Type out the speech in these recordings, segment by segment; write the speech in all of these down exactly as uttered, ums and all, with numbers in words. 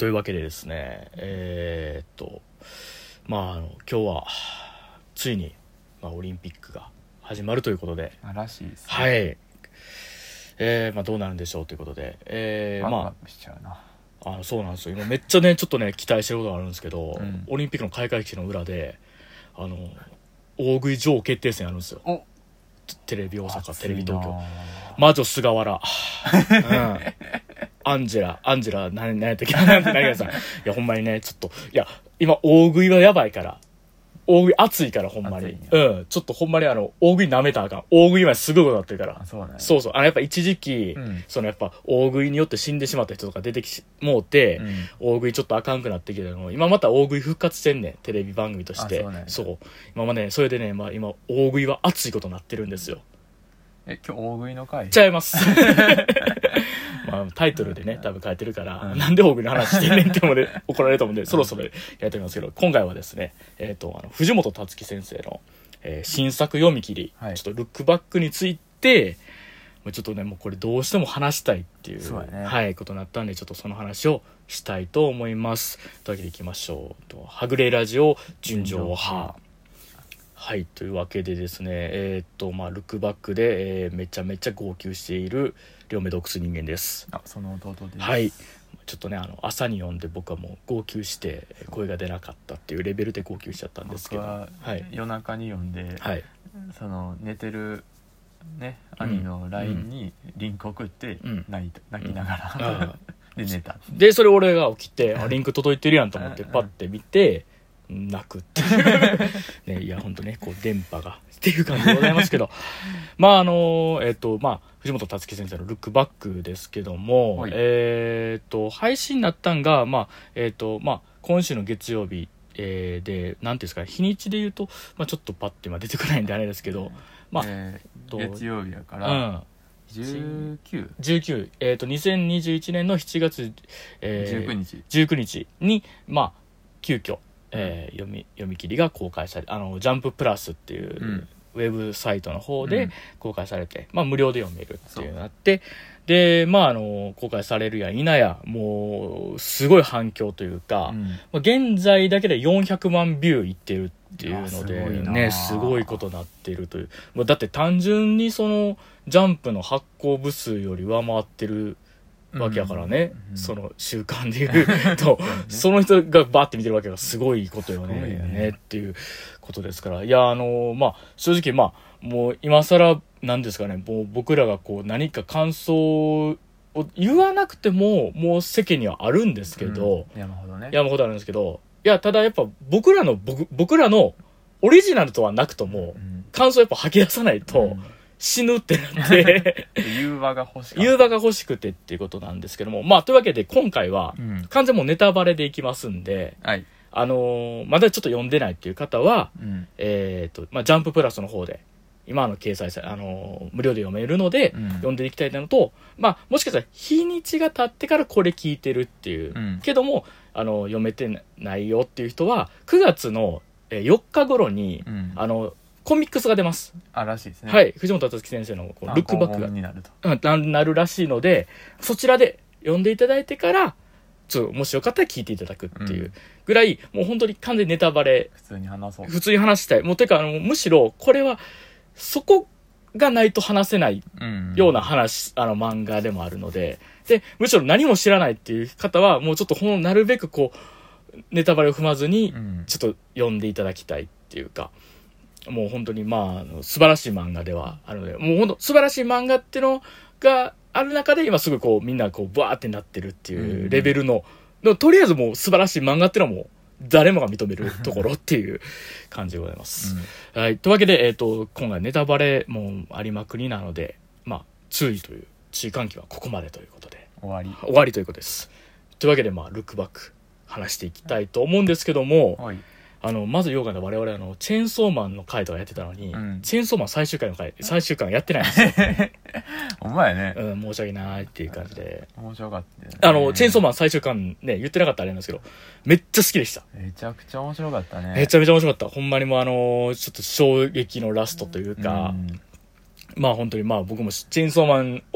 というわけでですね、えー、っとまああの今日はついに、まあ、オリンピックが始まるということで、 らしいですね。 はい、えーまあ、どうなるんでしょうということで、えー、 ワクワまクしちゃうな。 ああのそうなんですよ。今めっちゃねちょっとね期待してることがあるんですけど、 うん、 オリンピックの開会式の裏であの大食い女王決定戦あるんですよ。 おテレビ大阪、テレビ東京、 ま魔女菅原、うん、アンジェラアンジェラ何何やったっけ何々さん、いやほんまにねちょっといや今大食いはやばいから、大食い熱いからほんまに、うんちょっとほんまにあの大食い舐めたらあかん。大食い今すごいことになってるから。 そうね。 そうそうあのやっぱ一時期、 うん、 そのやっぱ大食いによって死んでしまった人とか出てきもうて、 うん、 大食いちょっとあかんくなってきてるの今また大食い復活してんねん、テレビ番組として。 そうね。 そう今までねそれでね、まあ、今大食いは熱いことになってるんですよ。 え今日大食いの回ちゃいますまあタイトルでね多分書いてるから、うん、なんで大食いの話してんねんって思うで怒られると思うんで、そろそろやってみますけど、今回はですね、えー、とあの藤本つ樹先生の、えー、新作読み切り、はい、ちょっとルックバックについてちょっとねもうこれどうしても話したいっていう、 そうやね、 はい、ことになったんで、ちょっとその話をしたいと思います。というわけでいきましょう。とはぐれラジオ純情派、はい、というわけでですね、えー、っとまあルックバックで、えー、めちゃめちゃ号泣している両目洞窟人間です。 あ、その弟です。 はい、ちょっとねあの朝に読んで僕はもう号泣して声が出なかったっていうレベルで号泣しちゃったんですけど、 僕は夜中に読んで、はい、その寝てるね兄の ライン にリンク送って泣いた、うん、泣きながら、うん、で寝た。 でそれ俺が起きてあリンク届いてるやんと思ってパッて見て泣くっていうね、いや本当ねこう電波がっていう感じでございますけどまああのえっ、ー、とまあ藤本つ樹先生のルックバックですけども、はい、えっ、ー、と配信になったんがまあえっ、ー、とまあ今週の月曜日、えー、でなんていうんですか日にちで言うと、まあ、ちょっとパッて今出てこないんであれですけど、まあ、 えー、月曜日やから、 うんじゅうきゅう、 じゅうきゅう、えっ、ー、とにせんにじゅういちねんのしちがつ、えー、 じゅうくにちじゅうくにちにまあ急遽えー、読み読み切りが公開され、あのジャンププラスっていう、うん、ウェブサイトの方で公開されて、うんまあ、無料で読めるっていうのがあって、でまああの公開されるや否やもうすごい反響というか、うんまあ、現在だけでよんひゃくまんビューいってるっていうのでねすごいことになっているという、だって単純にそのジャンプの発行部数より上回ってるわけやからね、うん、その週間でいうとその人がバーって見てるわけがすごいことよ ね, ね, ねっていうことですから、いやあのまあ正直まあもう今更なんですかね、もう僕らがこう何か感想を言わなくてももう世間にはあるんですけど、 うん、山ほどね山ほどあるんですけど、いやただやっぱ僕らの 僕, 僕らのオリジナルとはなくとも、うん、感想やっぱ吐き出さないと、うん死ぬってなって融和が欲しくて融和が欲しくてっていうことなんですけども、まあというわけで今回は完全もうネタバレでいきますんで、 うん、 あのー、まだちょっと読んでないっていう方は、うん、えっ、ー、とまあジャンププラスの方で今の掲載さあのー、無料で読めるので、うん、読んでいきたいのと、まあもしかしたら日にちが経ってからこれ聞いてるっていう、うん、けどもあの読めてないよっていう人はくがつのよっか頃に、うん、あのコミックスが出ます。 あらしいですね。 はい、藤本つ樹先生のこうルックバックがになると、 うん、な, なるらしいので、そちらで読んでいただいてからちょっともしよかったら聞いていただくっていうぐらい、うん、もう本当に完全にネタバレ普通に話そう普通に話したい。もうてかあのむしろこれはそこがないと話せないような話、うん、あの漫画でもあるので、でむしろ何も知らないっていう方はもうちょっとほんなるべくこうネタバレを踏まずにちょっと読んでいただきたいっていうか。もう本当にまあ素晴らしい漫画ではあるので、もう本当素晴らしい漫画っていうのがある中で今すぐこうみんなこうバーってなってるっていうレベルの、うん、とりあえずもう素晴らしい漫画っていうのはもう誰もが認めるところっていう感じでございます、うん、はい。というわけで、えーと、今回ネタバレもありまくりなので、まあ注意という注意喚起はここまでということで終わり終わりということです。というわけでまあルックバック話していきたいと思うんですけども、はい、あのまずようかな我々あのチェーンソーマンの回とかやってたのに、うん、チェーンソーマン最終回の回最終回やってないんですよお前ね、 うん、申し訳ないっていう感じで面白かったね。 あのチェーンソーマン最終回ね言ってなかったらあれなんですけどめっちゃ好きでした。 めちゃくちゃ面白かったね。 めちゃめちゃ面白かった。ほんまにもうあのちょっと衝撃のラストというか、うん、まあ本当にまあ僕もチェーンソーマン終わ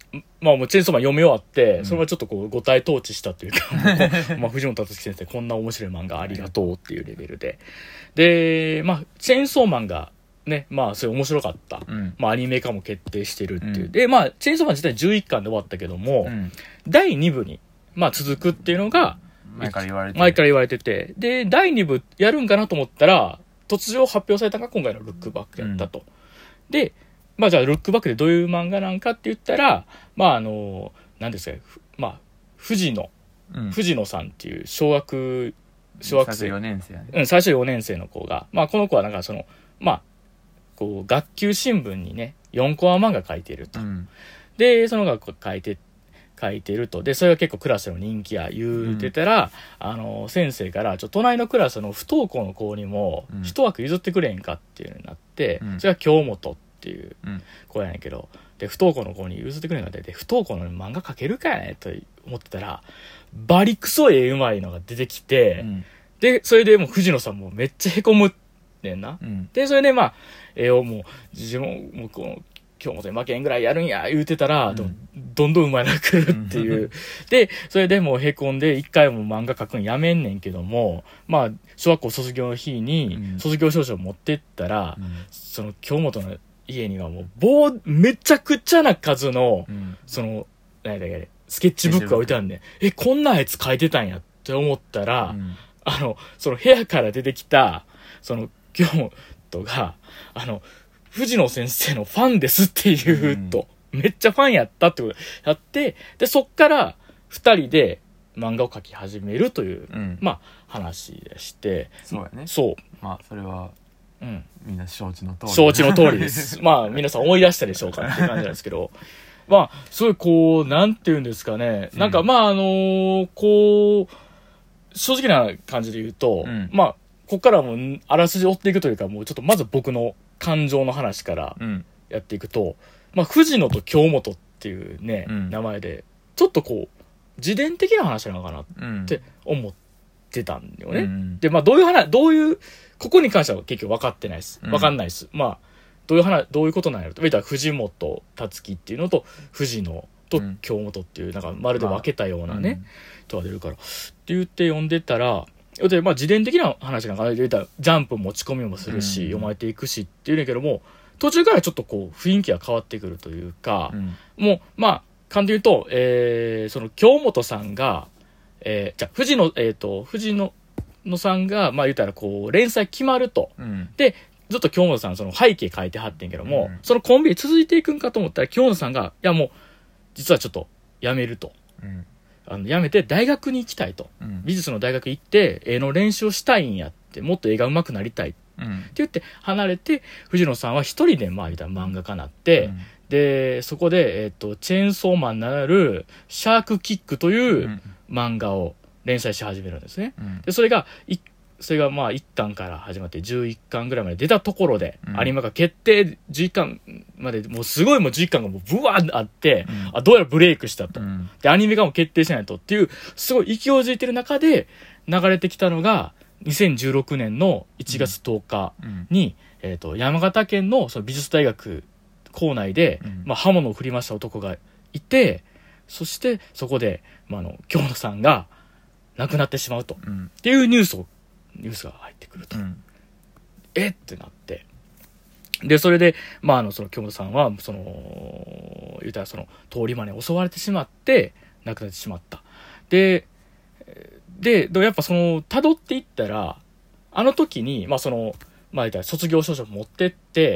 まあもうチェーンソーマン読み終わって、うん、それはちょっとこう五体統治したというか、まあ藤本達樹先生こんな面白い漫画ありがとうっていうレベルで。で、まあチェーンソーマンがね、まあそれ面白かった。うん、まあアニメ化も決定してるっていう。うん、で、まあチェーンソーマン自体じゅういっかんで終わったけども、うん、だいに部に、まあ続くっていうのが、 前から言われて前から言われてて、で、だいに部やるんかなと思ったら、突如発表されたのが今回のルックバックやったと。うん、で、まあじゃあルックバックでどういう漫画なんかって言ったら、まああの、何ですか、まあ、藤野、うん、藤野さんっていう小学、小学生。 最初よねん生やね。 うん、最初よねん生の子が、まあこの子はなんかその、まあ、こう、学級新聞にね、よんコマ漫画書いてると。うん、で、その学校書いて、書いてると。で、それが結構クラスの人気や言うてたら、うん、あの、先生から、ちょ、隣のクラスの不登校の子にも、一枠譲ってくれへんかっていうのになって、うん、それが京本っていう子やねんけど、で、不登校の子に譲ってくれへんかって、で、不登校の漫画描けるかやねと思ってたら、バリクソ絵うまいのが出てきて、うん、で、それでもう藤野さんもめっちゃ凹むねんな。うん、で、それでまあ、絵をもう、自分もこの、今日も負けんぐらいやるんや言うてたら、うん、ど, どんどんうまいなくるっていう、うん、でそれでもうへこんで一回も漫画描くんやめんねんけども、まあ小学校卒業の日に卒業証書を持ってったら、うん、その京本の家にはもう棒めちゃくちゃな数の、うん、その何だっけスケッチブックが置いてあるんで、えこんなやつ描いてたんやって思ったら、うん、あのその部屋から出てきたその京本があの藤野先生のファンですって言うと、うん、めっちゃファンやったってことやって、で、そっから二人で漫画を描き始めるという、うん、まあ、話でして。 そうやね。 そう。 まあ、それは、うん、みんな承知の通り。 承知の通りです。まあ、皆さん思い出したでしょうかっていう感じなんですけど、まあ、すごいこう、なんて言うんですかね。なんか、まあ、あのー、こう、正直な感じで言うと、うん、まあ、こっからもう、あらすじ追っていくというか、もうちょっとまず僕の、感情の話からやっていくと、うん、まあ、藤野と京本っていうね、うん、名前で、ちょっとこう、自伝的な話なのかなって思ってたんだよね。うん、で、まあ、どういう話、どういう、ここに関しては結局分かってないです。分かんないです。うん、まあ、どういう話、どういうことなんやろと。言ったら藤本達樹っていうのと、藤野と京本っていう、なんかまるで分けたようなね、人が出るから。って言って読んでたら、でまあ、自伝的な話なんかで言ったらジャンプ持ち込みもするし、うん、読まれていくしっていうんだけども途中からちょっとこう雰囲気が変わってくるというか、うん、もうまあ簡単に言うと、えー、その京本さんが、えー、じゃあ藤野、えーと、藤野のさんがまあ言ったらこう連載決まると、うん、でずっと京本さんその背景書いてはってんけども、うん、そのコンビ続いていくんかと思ったら京本さんがいやもう実はちょっとやめると。うんあの辞めて大学に行きたいと、うん、美術の大学行って絵の練習をしたいんやってもっと絵が上手くなりたいって言って離れて藤野さんは一人でまあ漫画家になって、うん、でそこで、えーと、チェーンソーマンなるシャークキックという漫画を連載し始めるんですね、うん、でそれがいそれがまあいっかんから始まってじゅういっかんぐらいまで出たところで、うん、アニメ化決定じゅういっかんまでもうすごいもうじゅういっかんがもうブワーあって、うん、あどうやらブレイクしたと、うん、でアニメ化も決定しないとっていうすごい勢いづいてる中で流れてきたのがにせんじゅうろくねんのいちがつとおかに、うんえー、と山形県 の, その美術大学校内で、うんまあ、刃物を振りました男がいてそしてそこで、まあ、あの京野さんが亡くなってしまうと、うん、っていうニュースをニュースが入ってくると、うん、えってなってでそれでまああのその京本さんはその言うたらその通り魔に襲われてしまって亡くなってしまったででやっぱその辿っていったらあの時にまあそのまあ言ったら卒業証書持ってって、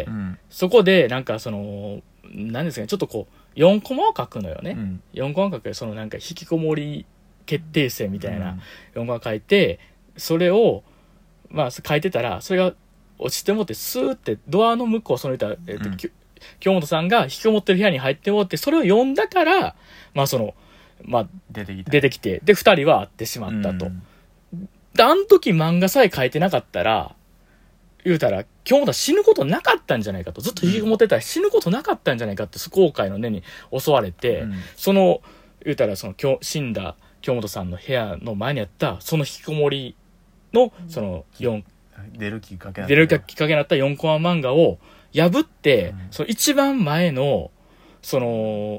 うん、そこでなんかその何ですかねちょっとこうよんコマを書くのよね、うん、よんコマ書くそのなんか引きこもり決定戦みたいなよんコマ書いてそれをまあ書いてたらそれが落ちてもってスーってドアの向こうその言ったら、えーとうん、京本さんが引きこもってる部屋に入ってもってそれを読んだからまあそのまあ出てきた出てきてでふたりは会ってしまったと、うん、であの時漫画さえ書いてなかったら言うたら京本は死ぬことなかったんじゃないかとずっと引きこもってたら死ぬことなかったんじゃないかって後悔の根に襲われて、うん、その言うたらその死んだ京本さんの部屋の前にあったその引きこもりのそのよん出るきっかけ出るきっかけになったよんコマ漫画を破って、うん、その一番前のその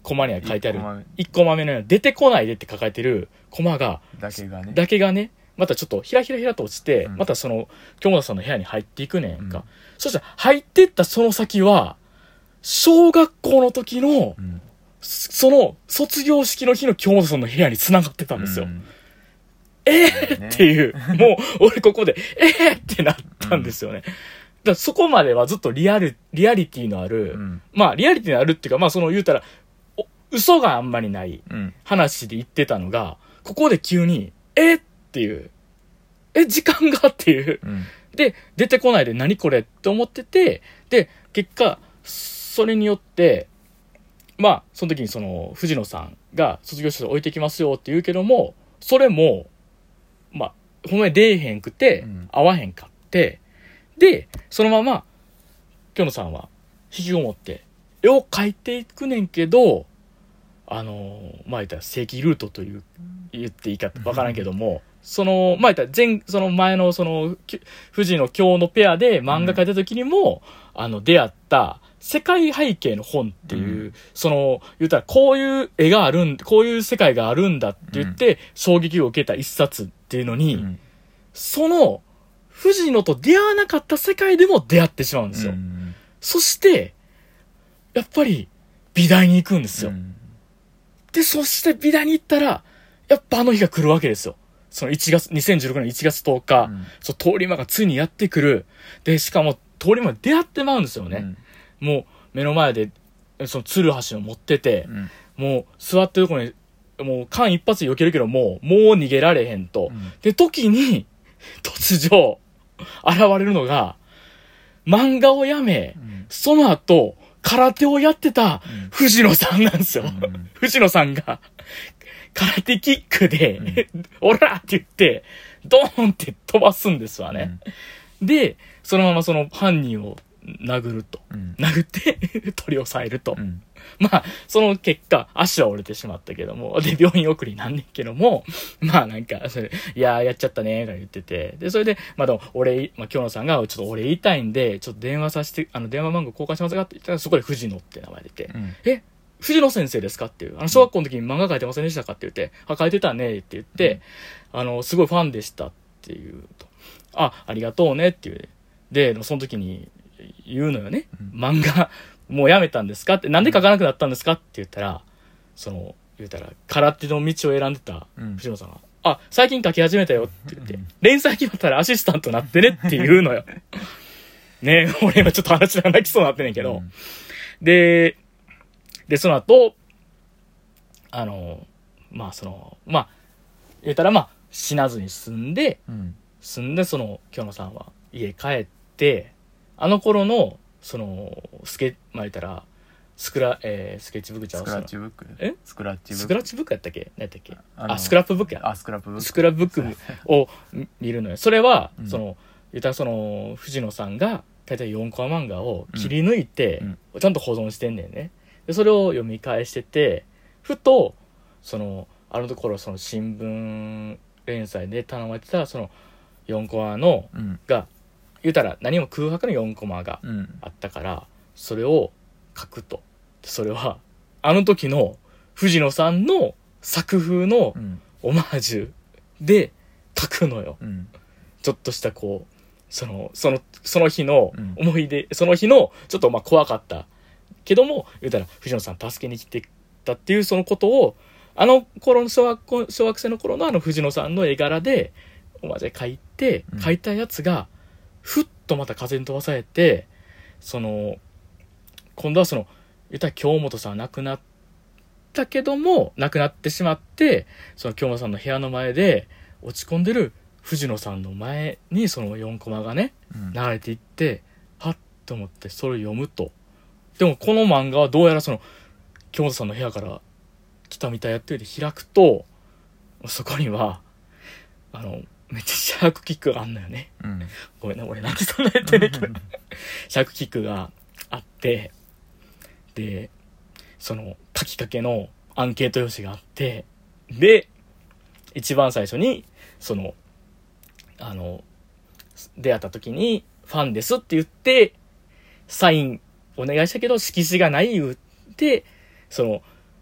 コマには書いてあるいっコマ目のように出てこないでって書かれてるコマがだけがねだけがねまたちょっとひらひらひらと落ちて、うん、またその京本さんの部屋に入っていくねんか、うん、そしたら入っていったその先は小学校の時の、うん、その卒業式の日の京本さんの部屋に繋がってたんですよ、うん、えー、ね、っていうもう俺ここでえーってなったんですよね、うん、だからそこまではずっとリアルリアリティのある、うん、まあリアリティのあるっていうかまあその言うたら嘘があんまりない話で言ってたのが、ここで急にえー、っていうえ時間がっていう、うん、で出てこないで何これって思ってて、で結果それによってまあその時にその藤野さんが卒業証書置いてきますよって言うけども、それもまあほんまに出えへんくて、うん、合わへんかって、でそのまま京野さんは引きこもって絵を描いていくねんけど、あのまあ言ったら正規ルートという言っていいか分からんけども、そのまあ言ったら前その前のその藤野京のペアで漫画描いた時にも、うん、あの出会った世界背景の本っていう、うん、その言ったらこういう絵があるんこういう世界があるんだって言って衝撃を受けた一冊っていうのに、うん、その藤野と出会わなかった世界でも出会ってしまうんですよ、うん、そしてやっぱり美大に行くんですよ、うん、でそして美大に行ったらやっぱあの日が来るわけですよ。そのいちがつにせんじゅうろくねんいちがつとおか、うん、その通り魔がついにやってくる。でしかも通り魔に出会ってまうんですよね、うん、もう目の前でその鶴橋を持ってて、うん、もう座ってるとこにもう間一髪で避けるけどもうもう逃げられへんと、うん、で時に突如現れるのが漫画をやめ、うん、その後空手をやってた藤野さんなんですよ、うん、藤野さんが空手キックで、うん、オラって言ってドーンって飛ばすんですわね、うん、でそのままその犯人を殴ると、うん、殴って取り押さえると、うん、まあその結果足は折れてしまったけども、で病院送りなんねんけども、まあなんかそれいやーやっちゃったねーとか言ってて、でそれでまあでも俺、まあ、京野さんがちょっと俺言いたいんでちょっと電話させてあの電話番号交換しますかって言ったら、そこで藤野って名前出て、うん、え藤野先生ですかっていう、あの小学校の時に漫画描いてませんでしたかって言って、あ描いてたねって言って、うん、あのすごいファンでしたっていうと、あありがとうねっていう、でその時に言うのよね、うん、漫画もうやめたんですかって、なんで描かなくなったんですかって言ったら、その言ったら空手の道を選んでた藤野さんが、うん、あ最近描き始めたよって言って、うん、連載決まったらアシスタントなってねって言うのよねえ俺今ちょっと話が泣きそうになってんねんけど、うん、ででその後あのまあそのまあ言ったらまあ死なずに済んで、うん、住んでその京野さんは家帰って、あの頃のそのスケまあ言ったらスクラ、えー、スケッチブックちゃうスクラッチブックえスクラッチブックスクラッチブックやったっけ何やったっけ あ, あスクラップブックやあスクラップブックスクラップブックを見るのよ。それは、うん、その言ったらその藤野さんが大体よんコマ漫画を切り抜いて、うんうん、ちゃんと保存してんねんね。でそれを読み返してて、ふとそのあのところその新聞連載で頼まれてたそのよんコマの、うん、が言うたら何も空白のよんコマがあったから、うん、それを書くと。それはあの時の藤野さんの作風のオマージュで書くのよ、うん、ちょっとしたこうそのそのその日の思い出、うん、その日のちょっとまあ怖かったけども言うたら藤野さん助けに来てたっていうそのことを、あの頃の小学校小学生の頃のあの藤野さんの絵柄でオマージュで書いて、うん、書いたやつがふっとまた風に飛ばされて、その今度はその言ったら京本さんは亡くなったけども亡くなってしまって、その京本さんの部屋の前で落ち込んでる藤野さんの前にそのよんコマがね、うん、流れていって、はっと思ってそれを読むと、でもこの漫画はどうやらその京本さんの部屋から来たみたいやってて開くと、そこにはあのめっちゃシャークキックがあんのよね、うん、ごめんね俺なんでそんなやってんねんけどシャークキックがあって、でその書きかけのアンケート用紙があって、で一番最初にそのあの出会った時にファンですって言ってサインお願いしたけど色紙がない言って、その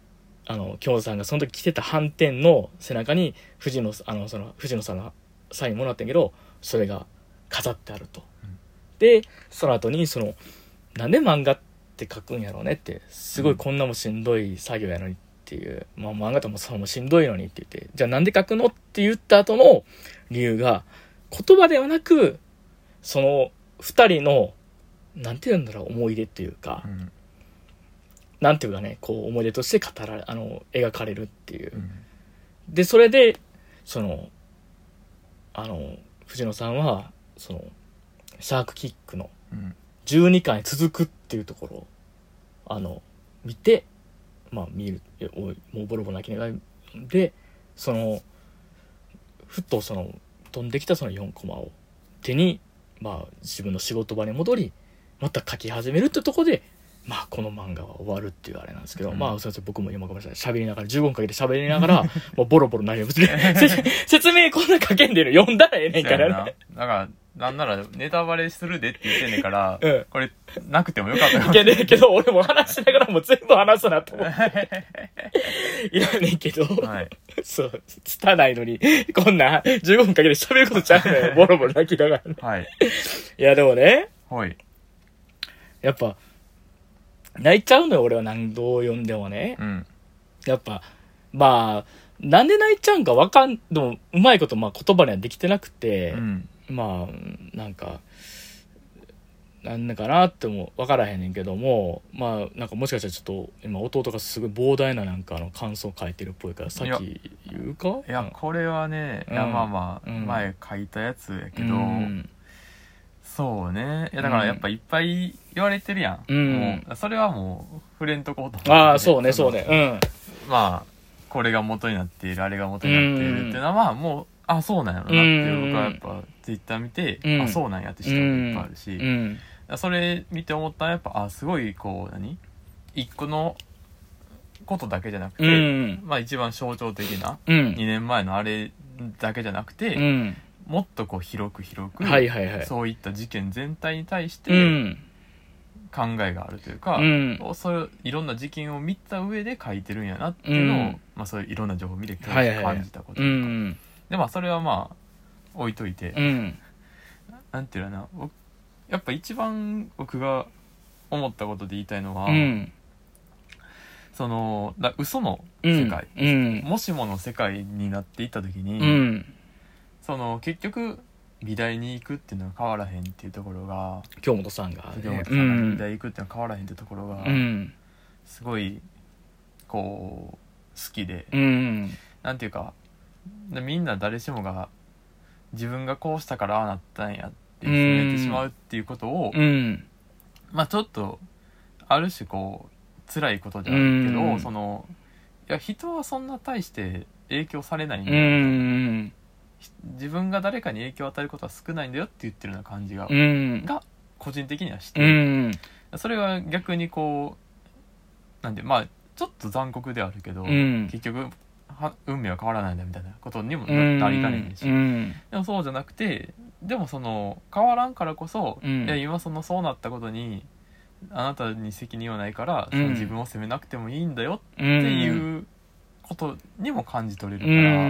あの京本さんがその時着てた斑点の背中に藤野あのその藤野さんのサインもらったんやけど、それが飾ってあると、うん、でその後にそのなんで漫画って書くんやろうねって、すごいこんなもしんどい作業やのにっていう、まあ、漫画ともそもしんどいのにって言って、じゃあなんで書くのって言った後の理由が、言葉ではなくその二人のなんて言うんだろう、思い出っていうか、うん、なんていうかね、こう思い出として語られあの描かれるっていう、うん、でそれでそのあの藤野さんはそのシャークキックのじゅうにかんに続くっていうところをあの見て、まあ見るおいもうボロボロ泣きながらで、そのふっとその飛んできたそのよんコマを手に、まあ自分の仕事場に戻りまた書き始めるってとこで、まあこの漫画は終わるっていうあれなんですけど、うん、まあすいません、僕も今ごめんなさい、喋りながらじゅうごふんかけて喋りながらもうボロボロなりますね説明こんな書けんでる読んだらええねんからね。 だからなんならネタバレするでって言ってんねんから、うん、これなくてもよかったよ。 いやねんけど俺も話しながらもう全部話すなと思っていやねんけど、はい、そうつたないのにこんなじゅうごふんかけて喋ることちゃうのよボロボロ泣きながらね、はい、いやでもね、はい、やっぱ泣いちゃうのよ俺は何度読んでもね、うん、やっぱまあなんで泣いちゃうんかわかんでもうまいことまあ言葉にはできてなくて、うん、まあなんかなんだかなっても分からへんねんけども、まあなんかもしかしたらちょっと今弟がすごい膨大ななんかの感想を書いてるっぽいからさっき言うか。 いや、うん、これはね、うん、いやまあまあ前書いたやつやけど、うん、そうね、いやだからやっぱいっぱい言われてるやん、うん、もうそれはもう触れんとこうと思って、ね、 ああそうねそうね、うん、 まあこれが元になっているあれが元になっているっていうのはまあもうあそうなんやろなっていう僕はやっぱツイッター見て、うん、あそうなんやって人もいっぱいあるし、うんうん、それ見て思ったらやっぱあすごいこう何一個のことだけじゃなくて、うん、まあ一番象徴的な、うん、にねんまえのあれだけじゃなくて、うん、もっとこう広く広く、はいはいはい、そういった事件全体に対して考えがあるというか、うん、そういういろんな事件を見た上で書いてるんやなっていうのを、うん、まあ、そういういろんな情報を見て感じたこととか、はいはいはい、うん、でまあそれはまあ置いといて、うん、なんていうのかな、やっぱ一番僕が思ったことで言いたいのは、うん、そのだ嘘の世界、うん、もしもの世界になっていった時に、うん、その結局美大に行くっていうのは変わらへんっていうところが、 京本さんが、ね、 京本さんが美大行くっていうのは変わらへんっていうところが、うん、すごいこう好きで、うん、なんていうかみんな誰しもが自分がこうしたからああなったんやって責めてしまうっていうことを、うん、まあちょっとある種こう辛いことじゃないけど、うん、そのいや人はそんな大して影響されないんだよ、うん、自分が誰かに影響を与えることは少ないんだよって言ってるような感じが、うん、が個人的にはしてる、うん、それは逆にこうなんでまあちょっと残酷ではあるけど、うん、結局運命は変わらないんだみたいなことにもなりかねんし、うん、でもそうじゃなくて、でもその変わらんからこそ、うん、いや今そのそうなったことにあなたに責任はないから、うん、その自分を責めなくてもいいんだよっていうことにも感じ取れるから、うん、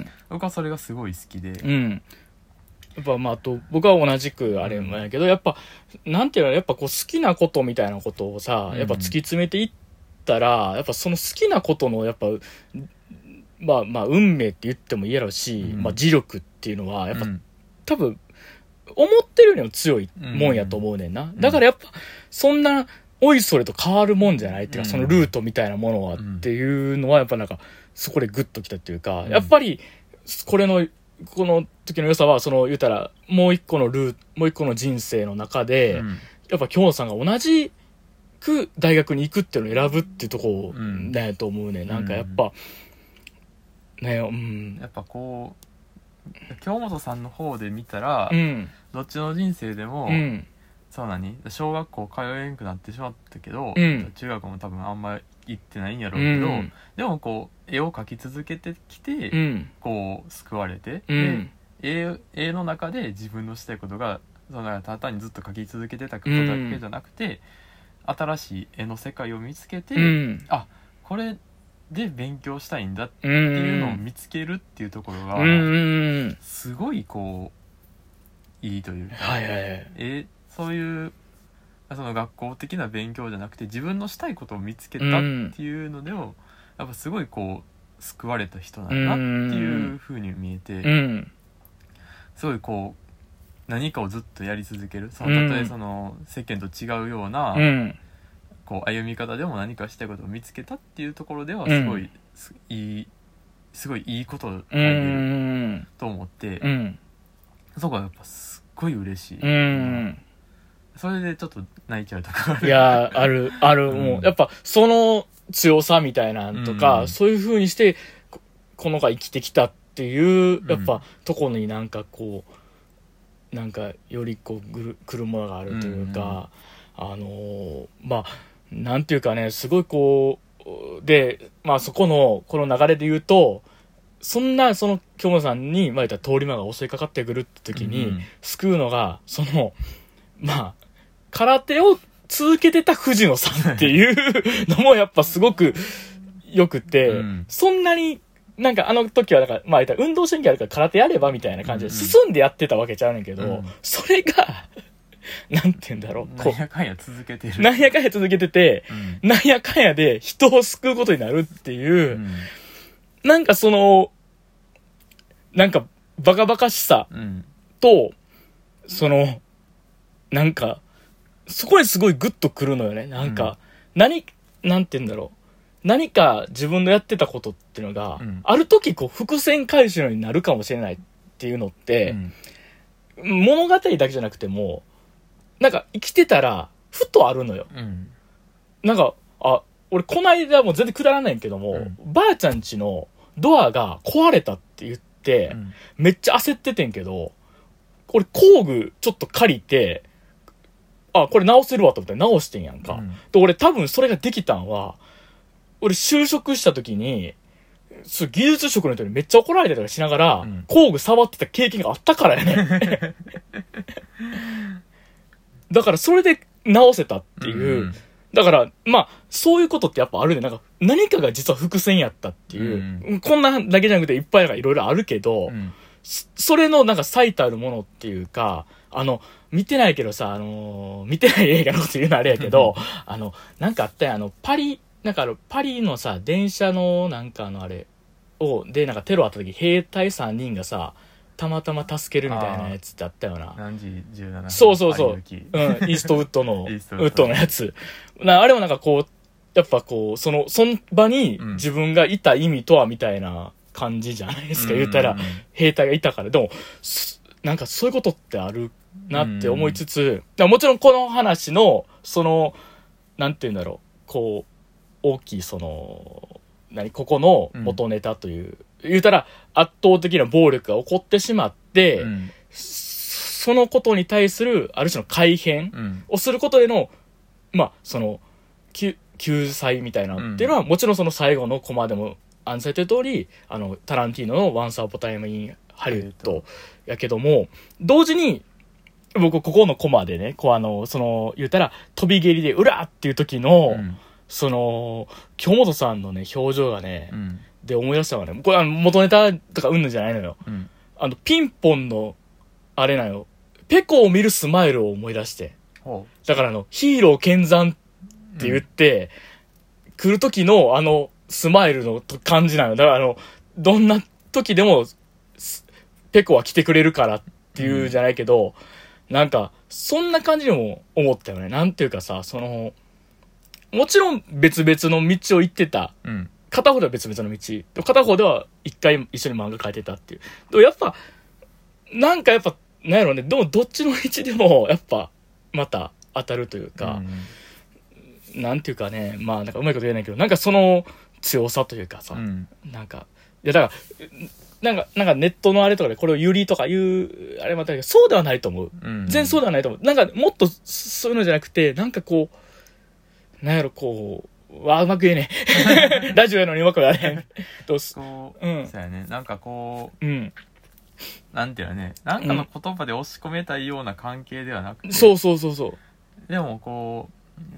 僕はそれがすごい好きで、うん、 やっぱまああと僕は同じくあれもやけど、やっぱなんていうの、やっぱこう好きなことみたいなことをさ、やっぱ突き詰めていったら、やっぱその好きなことのやっぱまあまあ運命って言ってもいいやろうし、うん、まあ磁力っていうのはやっぱ、うん、多分思ってるよりも強いもんやと思うねんな、うん、だからやっぱそんなおいそれと変わるもんじゃないっていうか、うん、そのルートみたいなものはっていうのはやっぱなんかそこでグッときたっていうか、うん、やっぱりこれのこの時の良さはその言うたらもう一個のルーもう一個の人生の中で、うん、やっぱ京本さんが同じく大学に行くっていうのを選ぶっていうところだよと思うね、うん、なんかやっぱね、うん、 やっぱこう京本さんの方で見たら、うん、どっちの人生でも、うん、そう何小学校通えんくなってしまったけど、うん、中学も多分あんま行ってないんやろうけど、うん、でもこう絵を描き続けてきて、うん、こう救われて、うん、で 絵, 絵の中で自分のしたいことがそのただ単にずっと描き続けてたことだけじゃなくて、うん、新しい絵の世界を見つけて、うん、あこれで勉強したいんだっていうのを見つけるっていうところがすごいこういいというか、 はいはいはい、 えそういうその学校的な勉強じゃなくて自分のしたいことを見つけたっていうのでもやっぱすごいこう救われた人なんだっていう風に見えて、すごいこう何かをずっとやり続ける、そのたとえその世間と違うようなこう歩み方でも何かしたいことを見つけたっていうところではすごいいい、すごいいいことを書いてると思って、そこはやっぱすっごい嬉しい。それでちょっと泣いちゃうとかある。 いやあるある、うん、もうやっぱその強さみたいなんとか、うん、そういう風にしてこ, この子が生きてきたっていうやっぱ、うん、ところになんかこうなんかよりこうぐるくるものがあるというか、うんうん、あのー、まあなんていうかね、すごいこうで、まあそこのこの流れで言うと、そんなその京本さんにまあ言ったら通り魔が襲いかかってくるって時に、うん、救うのがそのまあ空手を続けてた藤野さんっていうのもやっぱすごくよくて、うん、そんなになんかあの時はだからまあ言ったら運動神経あるから空手やればみたいな感じで進んでやってたわけちゃうねんけど、うん、それがなんて言うんだろう、 なんやかんや続けてる、 なんやかんや続けてて、うん、なんやかんやで人を救うことになるっていう、うん、なんかそのなんかバカバカしさと、うん、そのなんかそこにすごいグッとくるのよね。なんか、うん、何なんて言うんだろう、何か自分のやってたことっていうのが、うん、ある時こう伏線回収になるかもしれないっていうのって、うん、物語だけじゃなくてもなんか生きてたらふとあるのよ、うん、なんかあ俺この間も全然くだらないんけども、うん、ばあちゃん家のドアが壊れたって言って、うん、めっちゃ焦っててんけど、俺工具ちょっと借りて、あこれ直せるわと思って直してんやんか、うん、で俺多分それができたんは俺就職した時にそう技術職の人にめっちゃ怒られてたりしながら、うん、工具触ってた経験があったからやねだからそれで直せたっていう、うん、だからまあそういうことってやっぱあるね。なんか何かが実は伏線やったっていう、うん、こんなだけじゃなくていっぱいいろいろあるけど、うん、それのなんか最たるものっていうか、あの見てないけどさ、あのー、見てない映画のこと言うのあれやけどあのなんかあったやん、あのパリなんかあのパリのさ電車のなんかあのあれをでなんかテロあった時兵隊さんにんがさたまたま助けるみたいなやつってあったよな。 何時じゅうななふん、 そうそうそう、うん、イーストウッドのウッドのやつな。あれもなんかこうやっぱこうそのその場に自分がいた意味とはみたいな感じじゃないですか、うん、言ったら兵隊がいたから。でもなんかそういうことってあるなって思いつつ、うん、もちろんこの話のそのなんていうんだろう、こう大きいその何ここの元ネタという、うん、言うたら圧倒的な暴力が起こってしまって、うん、そのことに対するある種の改変をすることでの、うん、まあその救済みたいなっていうのは、うん、もちろんその最後のコマでも暗示されてる通り、あのタランティーノのワンサーポタイムインハリウッドやけども、同時に僕ここのコマでね、こうあのその言うたら飛び蹴りでうらーっていう時の、うん、その京本さんのね表情がね、うん、で思い出したのがね、これあの元ネタとかうんぬんじゃないのよ、うん、あのピンポンのあれなよ、ペコを見るスマイルを思い出して、だからあのヒーロー見参って言って、うん、来る時のあのスマイルの感じなの。だからあのどんな時でもペコは来てくれるからっていうじゃないけど、うん、なんかそんな感じにも思ったよね。なんていうかさ、そのもちろん別々の道を行ってた、うん、片方では別々の道、片方では一回一緒に漫画描いてたっていう。でもやっぱなんかやっぱなんやろね、でもどっちの道でもやっぱまた当たるというか、うん、なんていうかね、まあなんかうまいこと言えないけど、なんかその強さというかさ、うん、なんかいやだからなんかなんかネットのあれとかでこれをユリとか言うあれもあったけど、そうではないと思う、うん、全然そうではないと思う。なんかもっとそういうのじゃなくて、なんかこうなんやろ、こうわうまく言えねえラジオやのにうまく言われへんどうすこう、うん、そうやね、なんかこう、うん、なんていうのね、なんかの言葉で押し込めたいような関係ではなくて、 うん、そうそうそうそう、 でもこう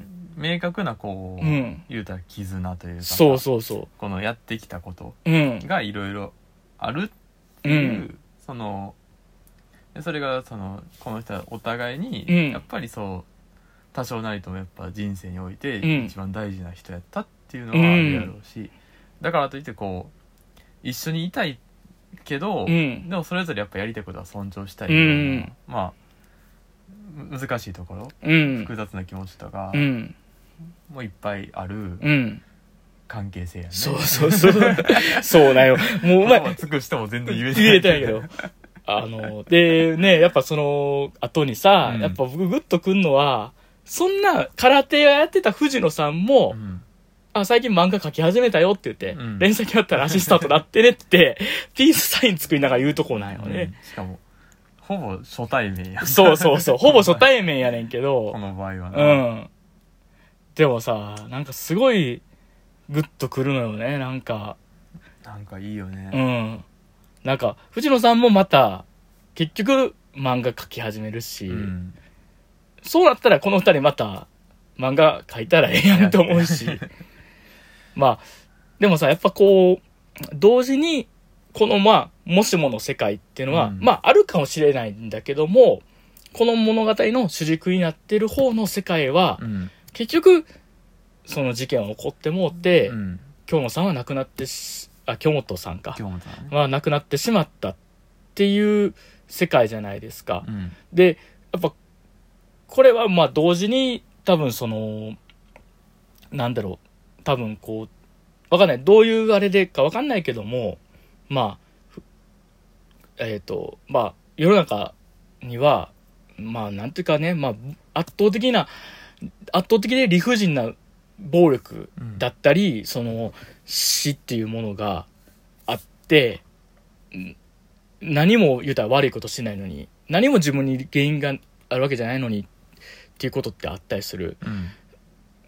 明確なこう、うん、言うたら絆というか、 そうそうそう、 このやってきたことうんがいろいろあるっていう、うん、そのそれがそのこの人はお互いにやっぱりそう多少なりともやっぱ人生において一番大事な人やったっていうのはあるやろうし、うん、だからといってこう一緒にいたいけど、うん、でもそれぞれやっぱやりたいことは尊重したいみたいな、うん、まあ難しいところ、うん、複雑な気持ちとか、うん、もういっぱいある、うん関係性やね。 そうそうそうそうだよ。もうお前言葉尽くしても全然言えてない言えてないけどあのでねやっぱその後にさ、うん、やっぱ僕グッとくんのはそんな空手をやってた藤野さんも、うん、あ最近漫画描き始めたよって言って、うん、連載決まったらアシスタントなってねってピースサイン作りながら言うとこなんよね、 うん、しかもほぼ初対面やそうそうそうほぼ初対面やねんけどこの場合はな、うん、でもさなんかすごいグッとくるのよねなんかなんかいいよねうんなんか藤野さんもまた結局漫画描き始めるし、うん、そうなったらこの二人また漫画描いたらええやんと思うしまあでもさやっぱこう同時にこのまあもしもの世界っていうのは、うん、まああるかもしれないんだけどもこの物語の主軸になってる方の世界は、うん、結局その事件が起こってもうて、うん、京本さんは亡くなってしあ京本さんか京本さん、ね、 は亡くなってしまったっていう世界じゃないですか、うん、でやっぱこれはまあ同時に多分そのなんだろう多分こうわかんないどういうあれでかわかんないけどもまあえっ、ー、とまあ世の中にはまあなんていうかねまあ圧倒的な圧倒的で理不尽な暴力だったり、うん、その死っていうものがあって何も言うたら悪いことしてないのに何も自分に原因があるわけじゃないのにっていうことってあったりする、うん、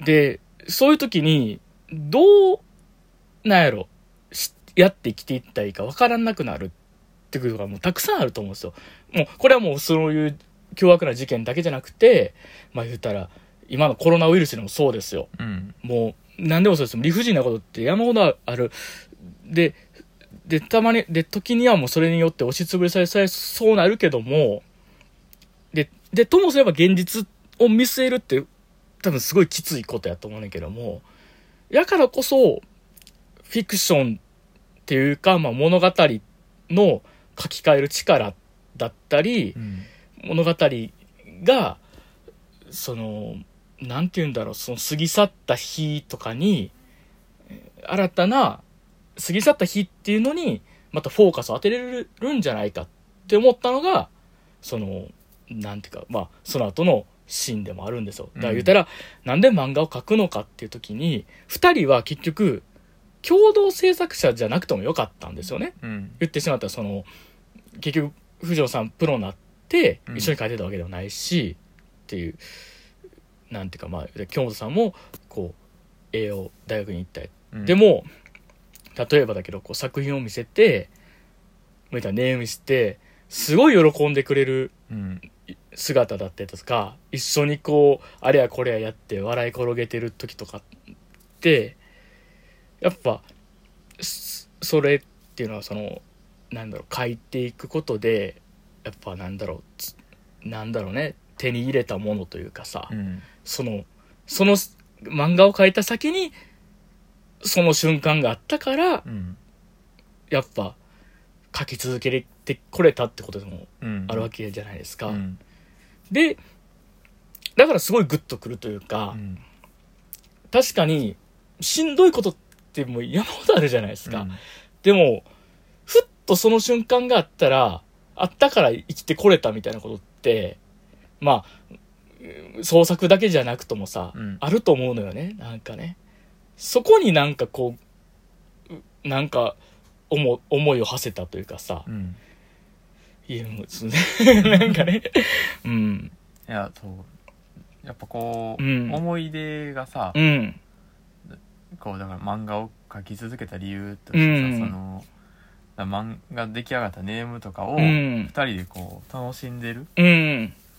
でそういう時にどうなんやろやって生きていったらいいか分からなくなるっていうことがもうたくさんあると思うんですよ。もうこれはもうそういう凶悪な事件だけじゃなくてまあ言ったら今のコロナウイルスでもそうですよ、うん、もう何でもそうです理不尽なことって山ほどあるででたまにで時にはもうそれによって押しつぶされそうなるけどもででともすれば現実を見据えるって多分すごいきついことやと思うねんけどもやからこそフィクションっていうか、まあ、物語の書き換える力だったり、うん、物語がそのなんて言うんだろうその過ぎ去った日とかに新たな過ぎ去った日っていうのにまたフォーカスを当てれるんじゃないかって思ったのがそのなんていうかまあその後のシーンでもあるんですよ。だから言ったら、うん、なんで漫画を描くのかっていう時にふたりは結局共同制作者じゃなくてもよかったんですよね、うん、言ってしまったらその結局藤野さんプロになって一緒に描いてたわけではないし、うん、っていうなんていうかまあ京本さんもこう栄養大学に行ったり、うん、でも例えばだけどこう作品を見せてネームしてすごい喜んでくれる姿だったりとか、一緒にこうあれやこれややって笑い転げてる時とかってやっぱそれっていうのはそのなんだろう書いていくことでやっぱなんだろうなんだろうね手に入れたものというかさ、うん、そのその漫画を描いた先にその瞬間があったから、うん、やっぱ描き続けてこれたってことでもあるわけじゃないですか、うん、でだからすごいグッとくるというか、うん、確かにしんどいことってもう山ほどあるじゃないですか、うん、でもふっとその瞬間があったらあったから生きてこれたみたいなことってまあ創作だけじゃなくともさ、うん、あると思うのよね。なんかねそこになんかこうなんか思, 思いを馳せたというかさ、うん、いやもうなんかねうんいやそうやっぱこう、うん、思い出がさ、 うん、 こうだから漫画を描き続けた理由としてさ、うん、その漫画出来上がったネームとかをふたりでこう楽しんでる、 うん、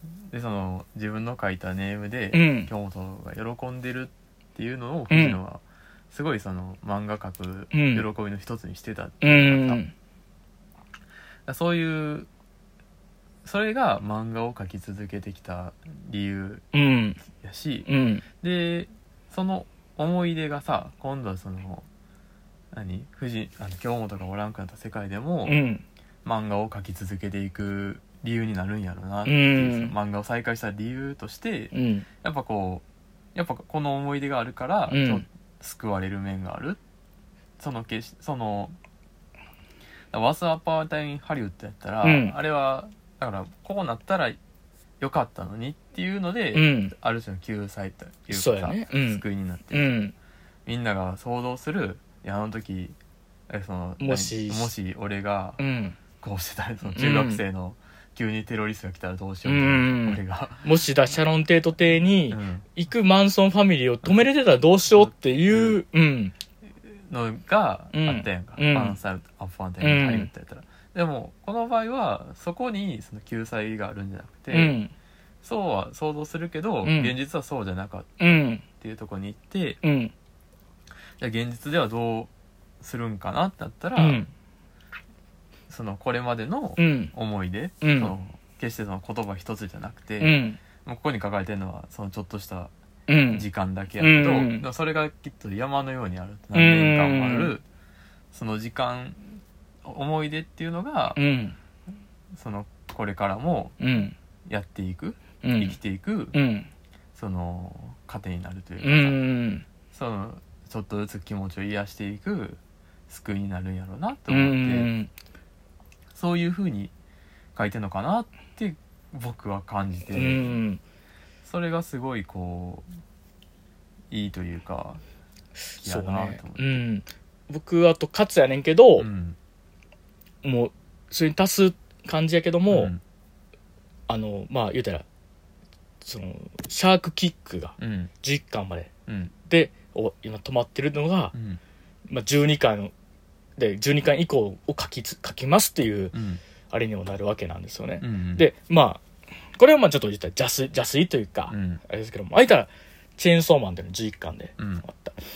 でその自分の書いたネームで、 うん、 京本が喜んでるっていうのを藤野はすごいその漫画描く喜びの一つにしてたっていうか、うん、だそういうそれが漫画を描き続けてきた理由やし、 うん、 でその思い出がさ今度はその何藤あの京本がおらんくなった世界でも、うん、漫画を描き続けていく理由になるんやろなっていう、うん、漫画を再開した理由として、うん、やっぱこうやっぱこの思い出があるから、うん、救われる面がある。そのけしそのワスアパータインハリウッドやったら、うん、あれはだからこうなったらよかったのにっていうので、うん、ある種の救済というかさ、ねうん、救いになってる、うん、みんなが想像するいやあの時えそのもしもし俺がこうしてたらその中学生の急にテロリストが来たらどうしようみたいな、うん、俺がもしだシャロンテート邸に行くマンソンファミリーを止めれてたらどうしようっていう、うん、 のがあったやんか、うん、バンサウトアップファンテンが入ったやったら、うん、でもこの場合はそこにその救済があるんじゃなくて、うん、そうは想像するけど、うん、現実はそうじゃなかったっていうところに行って、うん、じゃあ現実ではどうするんかなってなったら、うん、そのこれまでの思い出、うん、その決してその言葉一つじゃなくて、うん、もうここに書かれてるのはそのちょっとした時間だけやけど、うん、でもそれがきっと山のようにある何年間もある、うん、その時間思い出っていうのが、うん、そのこれからもやっていく、うん、生きていく、うん、その糧になるというかさ、うん、そのちょっとずつ気持ちを癒していく救いになるんやろうなと思って、うん、そういう風に書いてるのかなって僕は感じて、うん、それがすごいこういいというか好きやなと思って、 そうね、うん、僕あと勝つやねんけど、うん、もうそれに足す感じやけども、うん、あのまあ言うたらそのシャークキックがじゅういっかんまで、うん、で今止まってるのが、うんまあ、じゅうにかんのでじゅうにかん以降を書きつ書きますっていう、うん、あれにもなるわけなんですよね、うんうん、でまあこれはまあちょっと言ったら邪推邪推というか、うん、あれですけどもあいたらチェーンソーマンっていうのじゅういっかんで終わった、うん、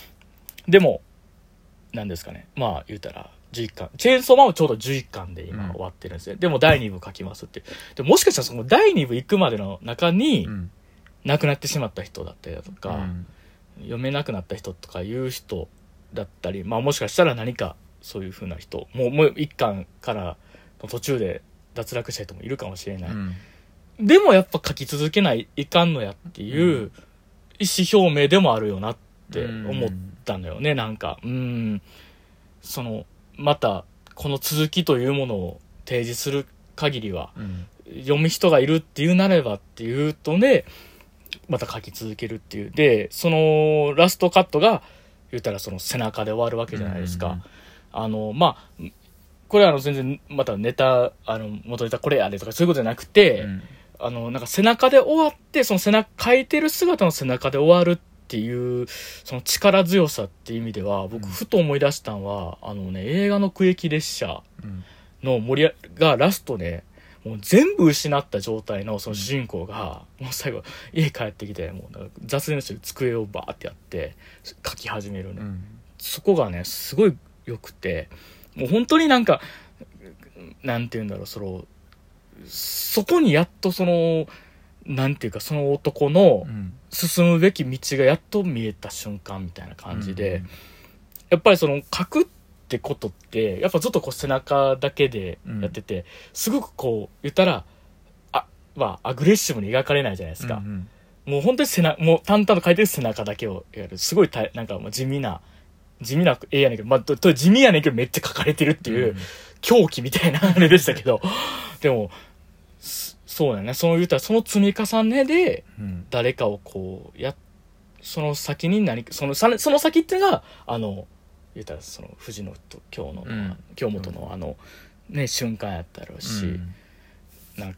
でも何ですかねまあ言うたらじゅういっかんチェーンソーマンはちょうどじゅういっかんで今終わってるんですね、うん、でもだいに部書きますってでもしかしたらそのだいに部行くまでの中に、うん、亡くなってしまった人だったりだとか、うん、読めなくなった人とかいう人だったりまあもしかしたら何かそういう風な人もうもういっかんから途中で脱落した人もいるかもしれない、うん、でもやっぱ書き続けないいかんのやっていう意思表明でもあるよなって思ったのよね、うん、なんかうんそのまたこの続きというものを提示する限りは、うん、読む人がいるっていうなればっていうとねまた書き続けるっていうでそのラストカットが言ったらその背中で終わるわけじゃないですか、うん、あのまあこれはあの全然またネタあの元ネタこれやでとかそういうことじゃなくて、うん、あのなんか背中で終わってその背中書いてる姿の背中で終わるっていうその力強さっていう意味では僕ふと思い出したのは、うん、あのね映画の区域列車の盛りがラストねもう全部失った状態のその主人公が、うん、もう最後家帰ってきてもうなんか雑誌の人に机をバーってやって書き始めるね、うん、そこがねすごい良くてもう本当になんかなんて言うんだろうそのそこにやっとそのなんていうかその男の進むべき道がやっと見えた瞬間みたいな感じで、うん、やっぱりその書くってことってやっぱずっとこう背中だけでやってて、うん、すごくこう言ったらあ、まあ、アグレッシブに描かれないじゃないですか、うんうん、もう本当に背中もう淡々と書いてる背中だけをやるすごいたなんか地味な地味な絵やねんけど、まあ、とと地味やねんけどめっちゃ書かれてるっていう、うん、狂気みたいなあれでしたけどでもそうだねそう言うたらその積み重ねで誰かをこうやその先に何かそのその先っていうのがあの言うたらその藤野と京野の、うん、京本のあのね瞬間やったろうし、うん、なんか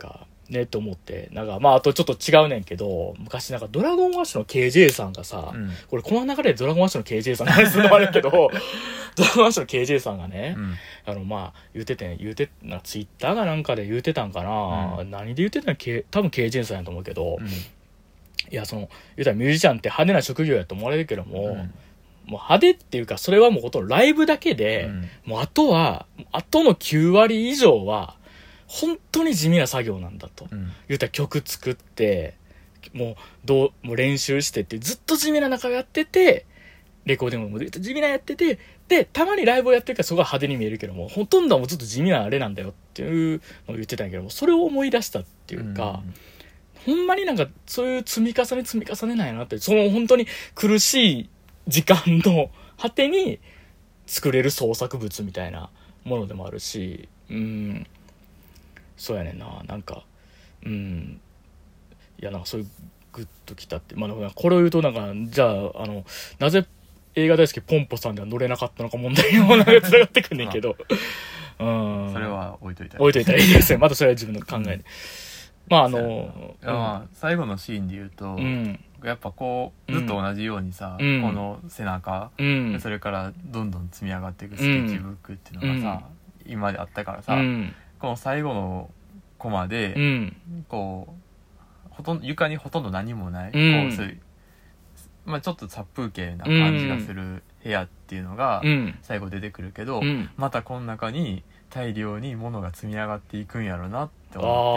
ねと思って、なんかまああとちょっと違うねんけど、昔なんかドラゴンアッシュの ケージェー さんがさ、うん、これこの流れでドラゴンアッシュの ケージェー さんの話するのもあるけどドラゴンアッシュの ケージェー さんがね、うん、あのまあ言ってて言うてなツイッターがなんかで言うてたんかな、うん、何で言ってたの、多分 ケージェー さんやと思うけど、うん、いやその言うたらミュージシャンって派手な職業やと思われるけども、うん、もう派手っていうかそれはもうほとんどライブだけで、うん、もうあとはあとのきゅうわり以上は本当に地味な作業なんだと、うん、言うたら曲作ってもうどうもう練習してってずっと地味な中をやってて、レコーディングもずっと地味なやってて、でたまにライブをやってるからそこが派手に見えるけども、ほとんどはもうずっと地味なあれなんだよっていうのを言ってたんやけども、それを思い出したっていうか、うん、ほんまになんかそういう積み重ね積み重ねないなって、その本当に苦しい時間の果てに作れる創作物みたいなものでもあるし、うんそうやねんな、なんかうんいやなんかそういうグッときたって、まあこれを言うとなんかじゃああのなぜ映画大好きポンポさんでは乗れなかったのか問題にもなんかつながってくんねんけどうんそれは置いといた置いといたらいいですねまたそれは自分の考えで、うん、まああの、 うんまあ、最後のシーンで言うと、うん、やっぱこうずっと同じようにさ、うん、この背中、うん、それからどんどん積み上がっていくスケッチブックっていうのがさ、うん、今まであったからさ、うんこの最後のコマで、うん、こうほとんど床にほとんど何もない、うん、こうそういう、まあ、ちょっと殺風景な感じがする部屋っていうのが最後出てくるけど、うん、またこの中に大量に物が積み上がっていくんやろなって思って、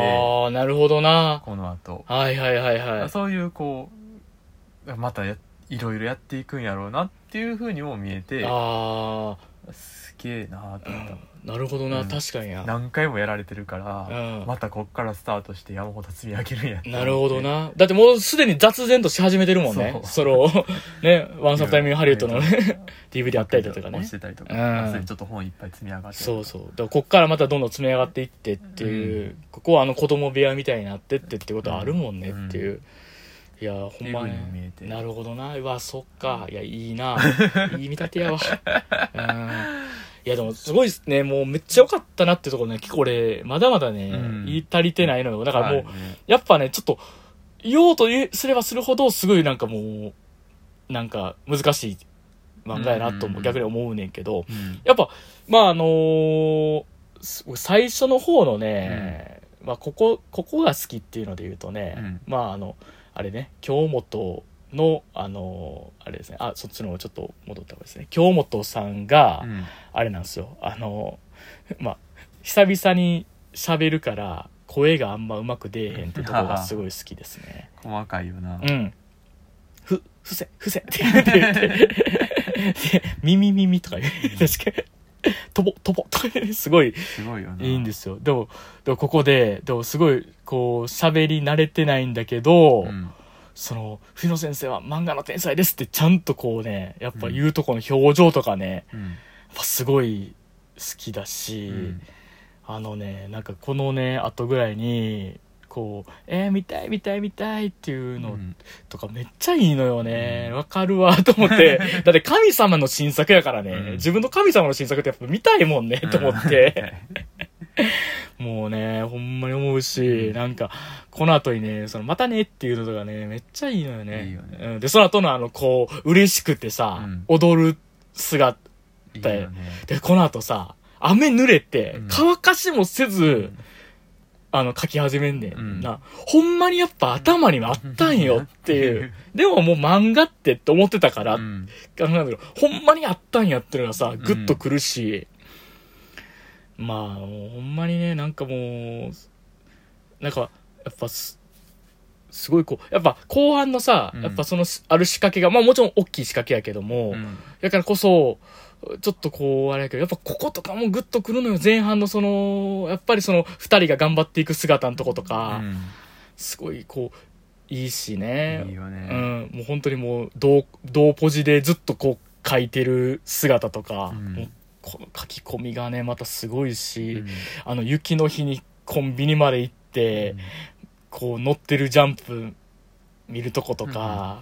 ああなるほどな、 この後はいはいはいはい、 そういうこうまたやいろいろやっていくんやろうなっていう風にも見えて、あすげえなーって思った、うんなるほどな、 うん、 確かにな何回もやられてるから、うん、またこっからスタートして山ほど積み上げるんやなるほどな、だってもうすでに雑然とし始めてるもんね、そのねワンサプタイミングハリウッドのねディーブイディー あったりだとかね押してたりとか、うん、それちょっと本いっぱい積み上がってそうそうだからこっからまたどんどん積み上がっていってっていう、うん、ここはあの子供部屋みたいになってってってことはあるもんねっていう、うんいやほんまねなるほどな、うわそっかいやいいないい見立てやわうんいやでもすごいですね、もうめっちゃ良かったなってところね、結構俺まだまだね、うん、言い足りてないのよ、だからもう、はいね、やっぱねちょっと言おうとすればするほどすごいなんかもうなんか難しい漫画やなとも逆に思うねんけど、うん、やっぱまああのー、最初の方のね、うん、まあここここが好きっていうので言うとね、うん、まああのあれね京本のあのあれですね、あそっちの方ちょっと戻った方がですね、京本さんが、うん、あれなんですよ、あのまあ久々に喋るから声があんまうまく出えへんってところがすごい好きですね細かいよな、 うんふふせふせって言って耳耳とか言う確かにとぼとぼとかすごいすごいよな、 いいんですよ。でもでもここででもすごいこう喋り慣れてないんだけど、うん、その冬野先生は漫画の天才ですってちゃんとこうねやっぱ言うとこの表情とかね、うん、やっぱすごい好きだし、うん、あのねなんかこのね後ぐらいにこうえー、見たい見たい見たいっていうのとかめっちゃいいのよね、わ、うん、かるわと思ってだって神様の新作やからね、うん、自分の神様の新作ってやっぱ見たいもんね、うん、と思ってもうねほんまに思うし、なんかこの後にねそのまたねっていうのとかねめっちゃいいのよね、いいよね、うん、でその後のあのこう嬉しくてさ、うん、踊る姿いいよ、ね、でこの後さ雨濡れて乾かしもせず、うんあの書き始めんねんな、うん、ほんまにやっぱ頭にあったんよっていうでももう漫画ってって思ってたから、うん、考えたけどほんまにあったんやっていうのがさグッとくるし、うん、まあもうほんまにねなんかもうなんかやっぱ す, すごいこうやっぱ後半のさ、うん、やっぱそのある仕掛けがまあもちろん大きい仕掛けやけども、うん、だからこそちょっとこうあれやけどやっぱこことかもグッとくるのよ、前半のそのやっぱりそのふたりが頑張っていく姿のとことか、うん、すごいこういいしね、 いいよね、 うん、もう本当にもう同ポジでずっとこう書いてる姿とか、うん、もうこの書き込みがねまたすごいし、うん、あの雪の日にコンビニまで行って、うん、こう乗ってるジャンプ見るとことか、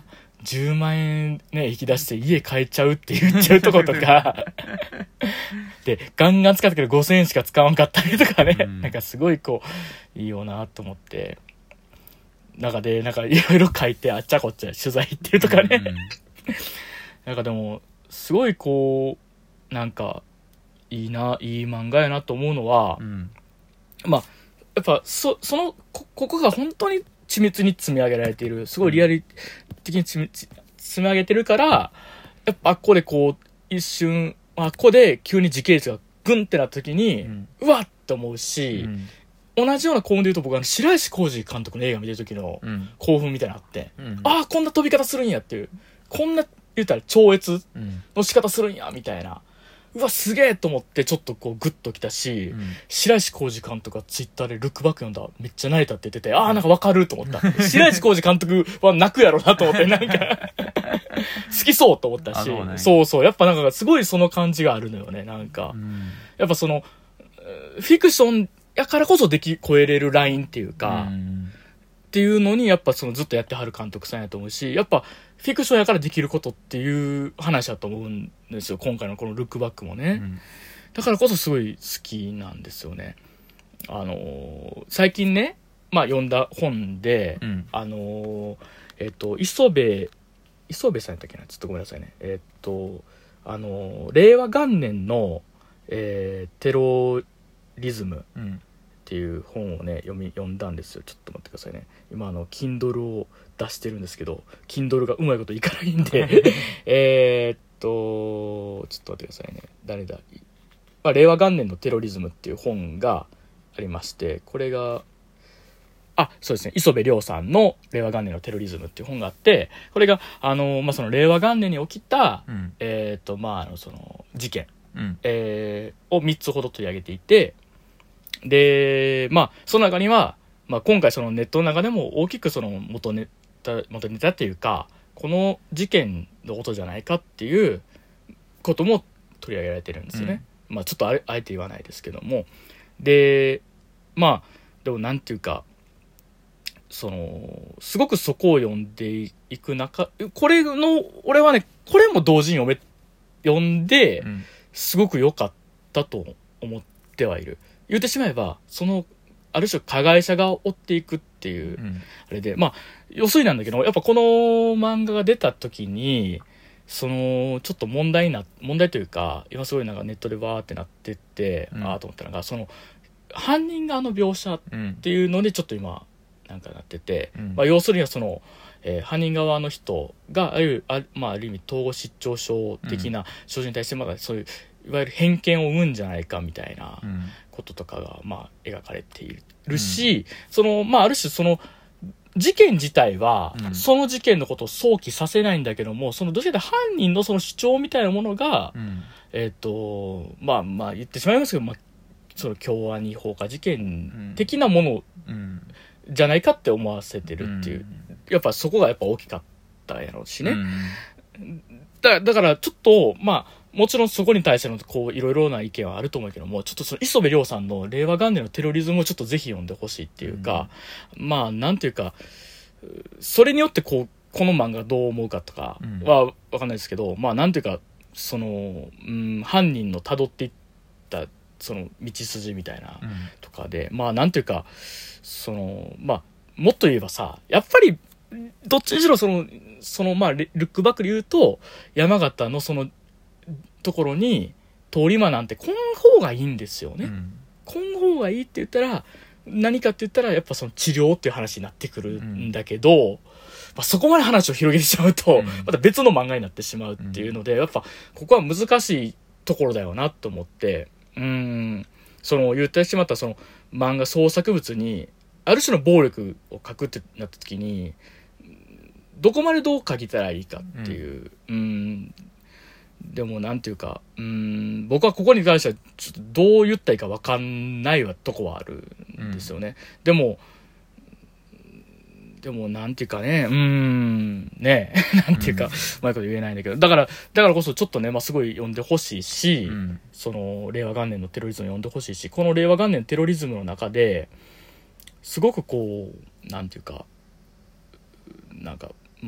じゅうまんえんね引き出して家買えちゃうって言っちゃうとことかでガンガン使ったけどごせんえんしか使わんかったりとかね、うん、なんかすごいこういいよなと思って、中でなんかいろいろ書いてあっちゃこっちゃ取材行ってるとかね、うん、なんかでもすごいこうなんかいいないい漫画やなと思うのは、うん、まあやっぱそその こ, ここが本当に緻密に積み上げられている、すごいリアル的に積み積み上げてるから、やっぱあっこでこう一瞬あっこで急に時系列がグンってなった時に、うん、うわっと思うし、うん、同じような興奮で言うと僕は白石浩二監督の映画見てる時の興奮みたいなのあって、うん、ああこんな飛び方するんやっていう、こんな言ったら超越の仕方するんやみたいな、うわすげえと思ってちょっとこうグッときたし、うん、白石浩二監督がツイッターでルックバック読んだめっちゃ泣いたって言ってて、ああなんかわかると思った白石浩二監督は泣くやろなと思ってなんか好きそうと思ったし、ね、そうそうやっぱなんかすごいその感じがあるのよね。なんか、うん、やっぱそのフィクションやからこそでき超えれるラインっていうか、うん、っていうのにやっぱそのずっとやってはる監督さんやと思うし、やっぱフィクションやからできることっていう話だと思うんですよ、今回のこのルックバックもね、うん、だからこそすごい好きなんですよね。あのー、最近ね、まあ読んだ本で、うん、あのー、えっと磯部磯部さんやったっけな、ちょっとごめんなさいね、えっとあのー、令和元年の、えー、テロリズムっていう本をね読み読んだんですよ。ちょっと待ってくださいね。今あの Kindle を出してるんですけど Kindle がうまいこといかないんでえっとちょっと待ってくださいね。誰だ、まあ、令和元年のテロリズムっていう本がありまして、これがあそうですね磯部亮さんの令和元年のテロリズムっていう本があって、これがあの、まあ、その令和元年に起きた、うん、えっとまああのその事件、うんえー、をみっつほど取り上げていて、でまあその中には、まあ、今回そのネットの中でも大きくその元ネタ元ネタっていうかこの事件のことじゃないかっていうことも取り上げられてるんですよね、うん、まあちょっとあえて言わないですけども、でまあでもなんていうかそのすごくそこを読んでいく中、これの俺はねこれも同時に読め読んですごく良かったと思ってはいる。言ってしまえばそのある種加害者が追っていくっていう、うん、あれでまあ要するになんだけど、やっぱこの漫画が出た時にそのちょっと問題な問題というか今すごいなんかネットでバーってなってって、うん、ああと思ったのがその犯人側の描写っていうのでちょっと今なんかなってて、うんまあ、要するにはその、えー、犯人側の人があるあ、まあ、ある意味統合失調症的な症状に対してまだそういういわゆる偏見を生むんじゃないかみたいなこととかがまあ描かれているし、うん、そのまあある種その事件自体はその事件のことを想起させないんだけども、そのどちらかというと犯人のその主張みたいなものが、うん、えっとまあまあ言ってしまいますけど、まあ、その京アニ放火事件的なものじゃないかって思わせてるっていう、やっぱそこがやっぱ大きかったやろうしね、うん、だ, だからちょっとまあもちろんそこに対してのこういろいろな意見はあると思うけども、ちょっとその磯部亮さんの令和元年のテロリズムをちょっとぜひ読んでほしいっていうか、うん、まあなんていうかそれによってこうこの漫画どう思うかとかは分かんないですけど、うん、まあなんていうかその、うん、犯人の辿っていったその道筋みたいなとかで、うん、まあなんていうかそのまあもっと言えばさ、やっぱりどっちにしろそのそのまあルックバックで言うと山形のそのところに通り魔なんて来ん方がいいんですよね、うん、来ん方がいいって言ったら何かって言ったらやっぱその治療っていう話になってくるんだけど、うんまあ、そこまで話を広げてしまうと、うん、また別の漫画になってしまうっていうので、やっぱここは難しいところだよなと思って、うーんその言ってしまったその漫画創作物にある種の暴力を書くってなった時にどこまでどう書けたらいいかっていう、うん、うんでもなんていうかうーん僕はここに関してはちょっとどう言ったらいいか分かんないわとこはあるんですよね、うん、でもでもなんていうかねうーんねなんていうか、うん、うまいこと言えないんだけどだからだからこそちょっとね、まあ、すごい読んでほしいし、うん、その令和元年のテロリズム読んでほしいし、この令和元年テロリズムの中ですごくこうなんていうかなんかまあ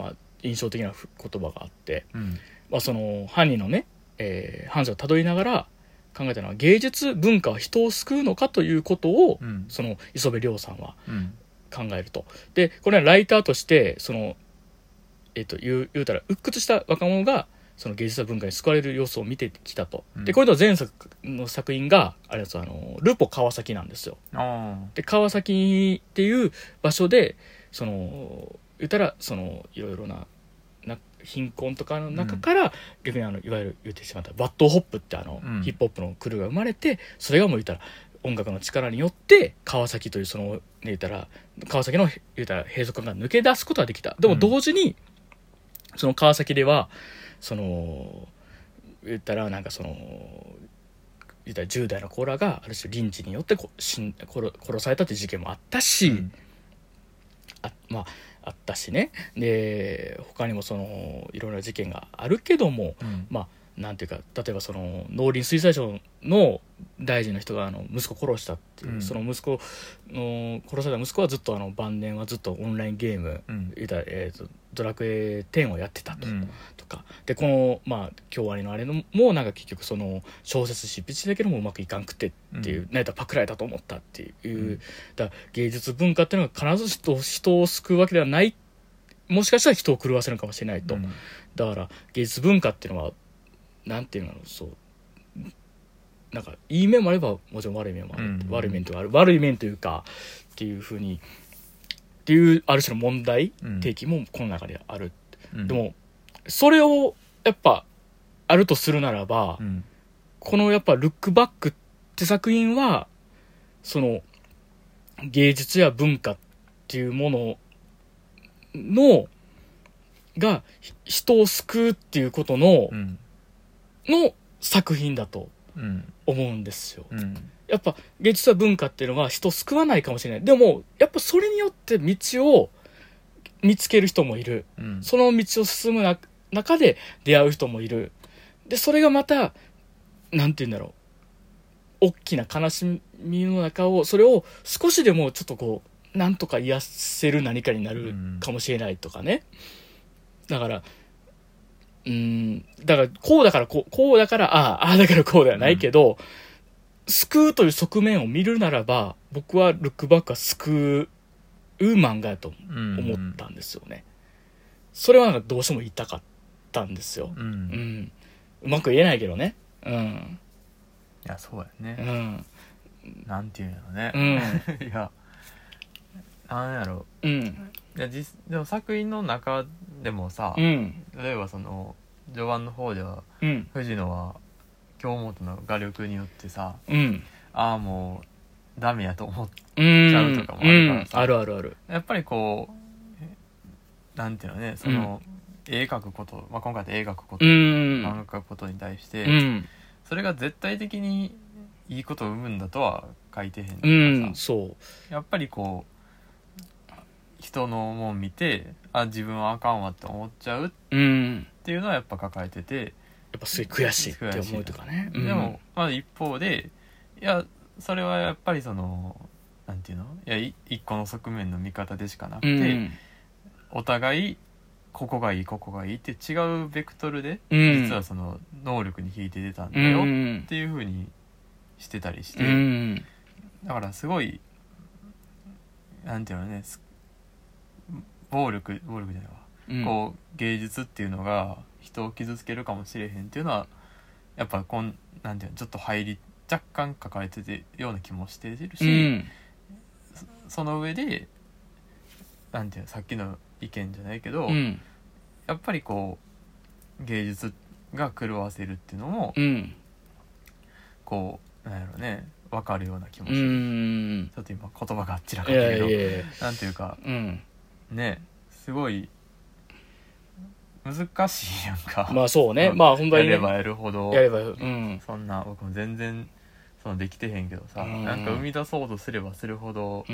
印象的な言葉があって、 うんまあ、その犯人のね、えー、犯人をたどりながら考えたのは、芸術文化は人を救うのかということを、 うん、 その磯部亮さんはうん考えると。でこれはライターとしてその、えー、と言う、言うたら鬱屈した若者がその芸術や文化に救われる様子を見てきたと。でこれの前作の作品があれです、あのルポ川崎なんですよ。 あで川崎っていう場所でその言ったらそのいろいろなな貧困とかの中から、うん、逆にあのいわゆる言ってしまったバッドホップってあの、うん、ヒップホップのクルーが生まれて、それがもう言ったら音楽の力によって川崎というその、ね、言ったら川崎の言ったら閉塞感が抜け出すことができた。でも同時に、うん、その川崎ではその言ったらなんかその言ったらじゅう代の子らがある種リンチによってこ死ん 殺, 殺されたという事件もあったし、うん、あまああったしね。で他にもそのいろいろな事件があるけども、うん、まあなんていうか、例えばその農林水産省の大臣の人があの息子を殺したっていう、うん、その息子の殺された息子はずっとあの晩年はずっとオンラインゲーム、うん、えーとドラクエテンをやってたと、うん、とかでこのまあ京アニのあれのもなんか結局その小説執筆だけどもうまくいかんくてっていう、うん、なんやったらパクられたと思ったっていう、うん、だ芸術文化っていうのは必ず人人を救うわけではない、もしかしたら人を狂わせるかもしれないと、うん、だから芸術文化っていうのはなんていうの、そうなんかいい面もあればもちろん悪い面もある、うんうん、悪い面というか悪い面というかっていうふうにっていうある種の問題提起もこの中である、うん、でもそれをやっぱあるとするならば、うん、このやっぱルックバックって作品はその芸術や文化っていうもののが人を救うっていうことの、うんの作品だと思うんですよ、うん、やっぱ芸術は文化っていうのは人を救わないかもしれない。でもやっぱそれによって道を見つける人もいる、うん、その道を進むな中で出会う人もいる。でそれがまたなんて言うんだろう、大きな悲しみの中をそれを少しでもちょっとこうなんとか癒せる何かになるかもしれないとかね。だからうーんだからこうだからこうこうだからああああだからこうではないけど、うん、救うという側面を見るならば僕はルックバックは救う漫画やと思ったんですよね、うんうん、それはなんかどうしても言いたかったんですよ、うんうん、うまく言えないけどね、うん、 いやそうやね、 うん、 なんていうんやろね、うん、いやなんやろ、うん、いや実でも作品の中でもさ、うん、例えばその序盤の方では、うん、藤野は京本の画力によってさ、うん、ああもうダメやと思っちゃうとかもあるからさ、 うん、あるあるある。 やっぱりこうなんていうのね、その、うん、絵描くこと、まあ、今回って絵描くこと、うん、漫画描くことに対して、うん、それが絶対的にいいことを生むんだとは書いてへんとかさ、うん、そうやっぱりこう人のもん見てあ自分はあかんわって思っちゃうっていうのはやっぱ抱えてて、やっぱすごい悔しいって思うとかね、 うん、でも、まあ、一方でいやそれはやっぱりそのなんていうの、いや一個の側面の見方でしかなくて、うん、お互いここがいいここがいいって違うベクトルで、うん、実はその能力に引いて出たんだよっていう風にしてたりして、うん、だからすごいなんていうのね、暴力暴力じゃないわ、うん、こう芸術っていうのが人を傷つけるかもしれへんっていうのはやっぱこんなんていうのちょっと入り若干抱えてるような気もしてるし、うん、そ, その上でなんていうのさっきの意見じゃないけど、うん、やっぱりこう芸術が狂わせるっていうのも、うん、こうなんやろね分かるような気もする、うん、ちょっと今言葉があっちらかったけど、いやいやいやなんていうか、うん、ねすごい難しいやんか。 まあそうね、まあ本当に、ね、 やればやるほどやれば、うん、 そんな僕も全然そのできてへんけどさ、うん、なんか生み出そうとすればするほど、うん、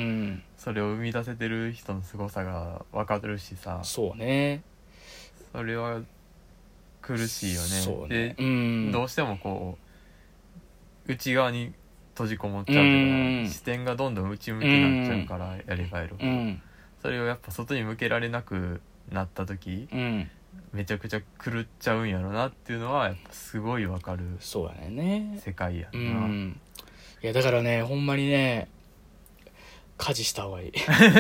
それを生み出せてる人の凄さが分かるしさ、 そうね、 それは苦しいよね。 そうね、 で、うん、どうしてもこう内側に閉じこもっちゃうというか、うん、視点がどんどん内向きになっちゃうから、やればやるほど、うん、それをやっぱ外に向けられなくなった時、 うん、 めちゃくちゃ狂っちゃうんやろなっていうのはやっぱすごいわかるそうやね世界やな、 うん、いやだからねほんまにね家事した方がいい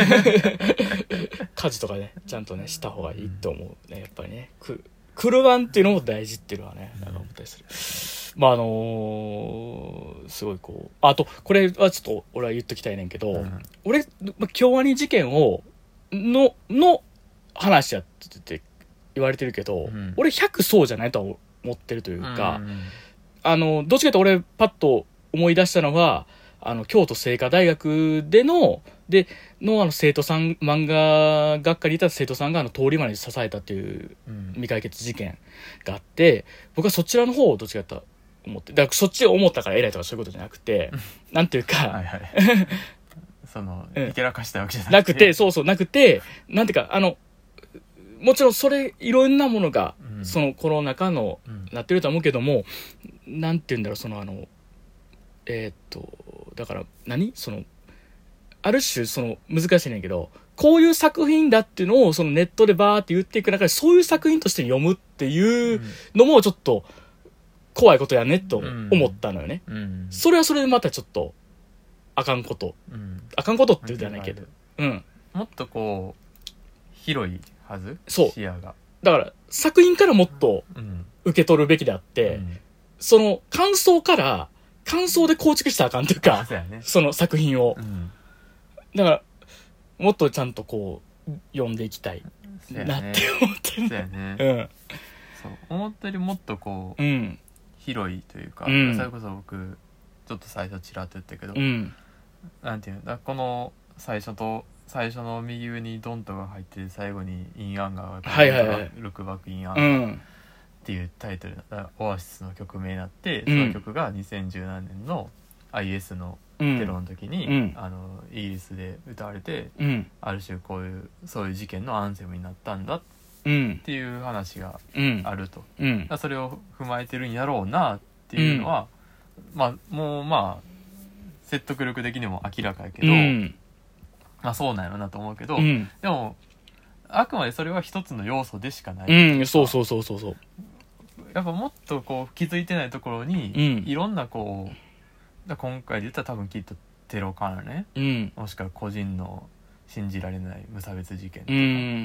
家事とかねちゃんとねした方がいいと思うねやっぱりねく狂わんっていうのも大事っていうのはね、うん、なんか思ったりするまああのー、すごいこうあとこれはちょっと俺は言っときたいねんけど、うん、俺京アニ事件をのの話やって言われてるけど、うん、俺ひゃくそうじゃないとは思ってるというか、うん、あのどっちかというと俺パッと思い出したのはあの京都精華大学でのでのあの生徒さん漫画学科にいた生徒さんがあの通り魔に刺されたっていう未解決事件があって、僕はそちらの方をどっちかと思ってだからそっちを思ったから偉いとかそういうことじゃなくてなんていうかはい、はい、 そのいけらかしたわけじゃなくてなくてそうそうなくてなんていうかあのもちろんそれいろんなものが、うん、そのコロナ禍の、うん、なってると思うけどもなんていうんだろうそのあのえー、っとだから何そのある種その難しいねんけどこういう作品だっていうのをそのネットでバーって言っていく中でそういう作品として読むっていうのもちょっと怖いことやねと思ったのよね、うんうん、それはそれでまたちょっとあかんこと、うん、あかんことって言うじゃないけど、うん、 もっとこう広いはずそう視野がだから作品からもっと受け取るべきであって、うん、その感想から感想で構築したらあかんというか そ, う、ね、その作品を、うん、だからもっとちゃんとこう読んでいきたいなって思ってるそうやね、うん、そう思ったよりもっとこう、うん、広いというか、うん、それこそ僕ちょっと最初ちらっと言ったけど、うん、なんていうのだこの最初と最初の右上にドントが入って最後にインアンガーが、はいはいはい、ルックバックインアンガーっていうタイトルだオアシスの曲名になって、うん、その曲がにせんじゅうななねんの アイエス のテロの時に、うん、あのイギリスで歌われて、うん、ある種こういうそういう事件のアンセムになったんだっていう話があると、うん、だそれを踏まえてるんやろうなっていうのは、うん、まあもうまあ説得力的にも明らかやけど、うん、まあそうなんやろなと思うけど、うん、でもあくまでそれは一つの要素でしかない、 うん、そうそうそうそうそうやっぱもっとこう気づいてないところに、うん、いろんなこう今回で言ったら多分きっとテロからね、うん、もしくは個人の信じられない無差別事件とか、うん、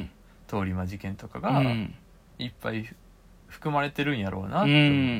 通り魔事件とかがいっぱい含まれてるんやろうな、うん、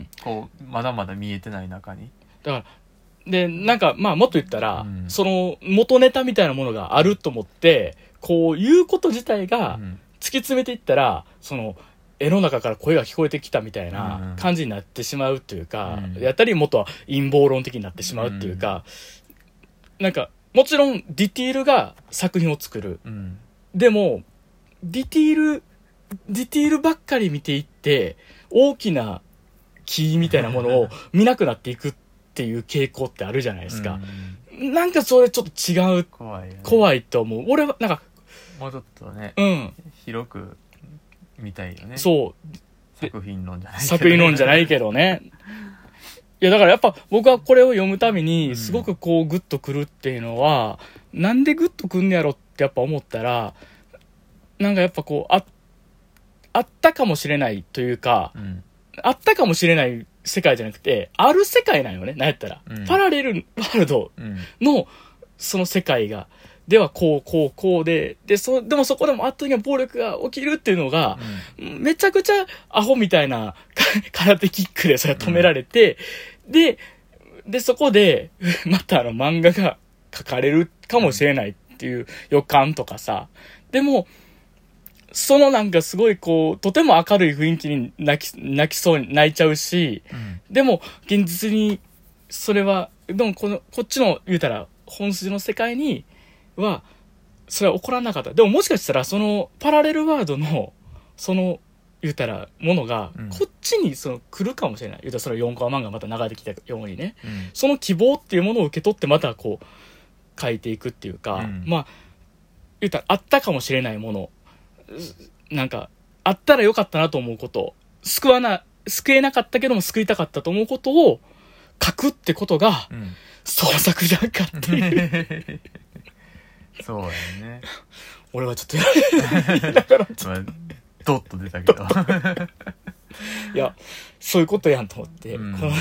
こうまだまだ見えてない中にだからでなんかまあもっと言ったら、うん、その元ネタみたいなものがあると思ってこういうこと自体が突き詰めていったらその絵の中から声が聞こえてきたみたいな感じになってしまうというか、うん、やったりもっとは陰謀論的になってしまうっていうか、うん、なんかもちろんディティールが作品を作る、うん、でもディティールディティールばっかり見ていって大きな木みたいなものを見なくなっていくっていう傾向ってあるじゃないですか、うん、なんかそれちょっと違う怖いよね、怖いと思う俺はなんかもうちょっとね、うん、広くみたいよね。そう作品論じゃないけど、ね、 作品論じゃないけどねいやだからやっぱ僕はこれを読むためにすごくこうグッとくるっていうのは、うん、なんでグッとくんねやろってやっぱ思ったらなんかやっぱこう あ, あったかもしれないというか、うん、あったかもしれない世界じゃなくてある世界なんよねなんやったら、うん、パラレルワールドのその世界がではこうこうこうででそでもそこでも圧倒的な暴力が起きるっていうのが、うん、めちゃくちゃアホみたいな空手キックでそれ止められて、うん、ででそこでまたあの漫画が描かれるかもしれないっていう予感とかさでもそのなんかすごいこうとても明るい雰囲気に泣き泣きそうに泣いちゃうし、うん、でも現実にそれはでもこのこっちの言うたら本筋の世界にはそれは起こらなかったでももしかしたらそのパラレルワールドのその言うたらものがこっちにその来るかもしれない、うん、言うたらそれよんコマ漫画また流れてきたようにね、うん、その希望っていうものを受け取ってまたこう書いていくっていうか、うん、まあ言うたらあったかもしれないものなんかあったらよかったなと思うこと救わな救えなかったけども救いたかったと思うことを書くってことが、うん、創作じゃんかっていうそうやね俺はちょっとやだからまあドッと出たけどいやそういうことやんと思って、 うん、 このい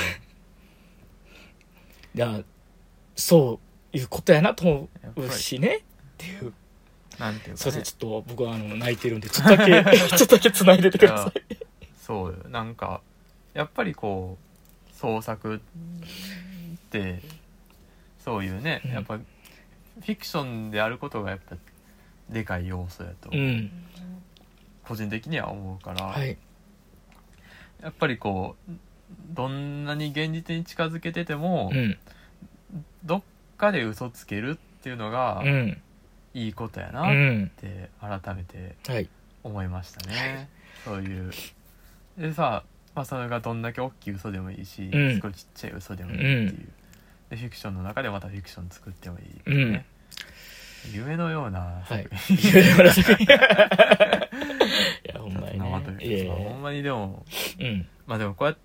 やそういうことやなと思うしねっていうなんていうか、ね、 そうです。ちょっと僕はあの泣いてるんでちょっとだけちょっとだけ繋いでてください。 そうよ、なんかやっぱりこう創作ってそういうね、うん、やっぱフィクションであることがやっぱでかい要素やと、うん、個人的には思うから、はい、やっぱりこうどんなに現実に近づけてても、うん、どっかで嘘つけるっていうのが、うん、いいことやなって改めて思いましたね、はい、そういうでさ、まあ、それがどんだけ大きい嘘でもいいし、うん、すごいちっちゃい嘘でもいいっていう、でフィクションの中でまたフィクション作ってもいいっていうね、うん、夢のような作品、はい、夢のような作品いやほんまにねいやいやほんまにでも、うん、まあでもこうやって、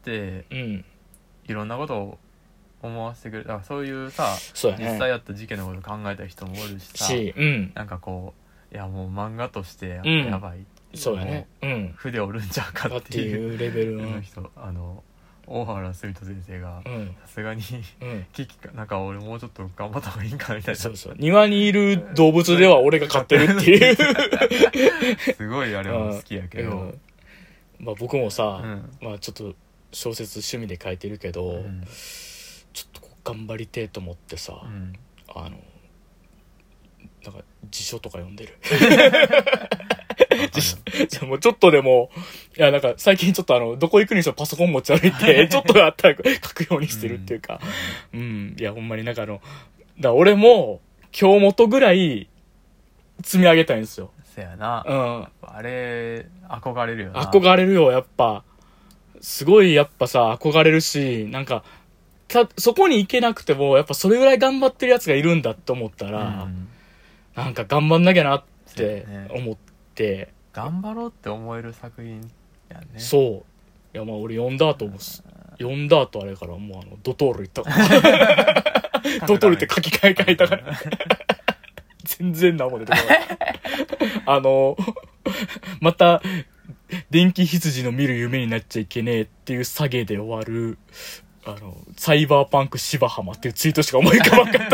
うん、いろんなことを思わせてくれるだからそういうさそう、ね、実際あった事件のこと考えた人もおるしさし、うん、なんかこういやもう漫画としてやっぱやばい、うん、そうやね、うん、筆おるんちゃうかっていうレベルの人あの大原澄人先生がさすがに、うん、危機かなんか俺もうちょっと頑張った方がいいんかみたいなそうそう庭にいる動物では俺が飼ってるっていうすごいあれも好きやけど、うんまあ、僕もさ、うんまあ、ちょっと小説趣味で書いてるけど、うん、ちょっとこう頑張りてえと思ってさ、うん、あのなんか辞書とか読んでるもうちょっとでもいやなんか最近ちょっとあのどこ行くにしろパソコン持ち歩いてちょっとあったら書くようにしてるっていうか、うん、うん、いやほんまになんかあのだから俺も京本ぐらい積み上げたいんですよ。そやな、うん、あれ憧れるよな。憧れるよやっぱすごいやっぱさ憧れるしなんかたそこに行けなくてもやっぱそれぐらい頑張ってるやつがいるんだって思ったら、うん、なんか頑張んなきゃなって思って、ね、頑張ろうって思える作品やね。そういやまあ俺読んだ後も読んだ後あれからもうあのドトール行ったからドトールって書き換え書いたから全然何も出てこないあのまた電気羊の見る夢になっちゃいけねえっていう下げで終わるあのサイバーパンク芝浜っていうツイートしか思い浮かばんかった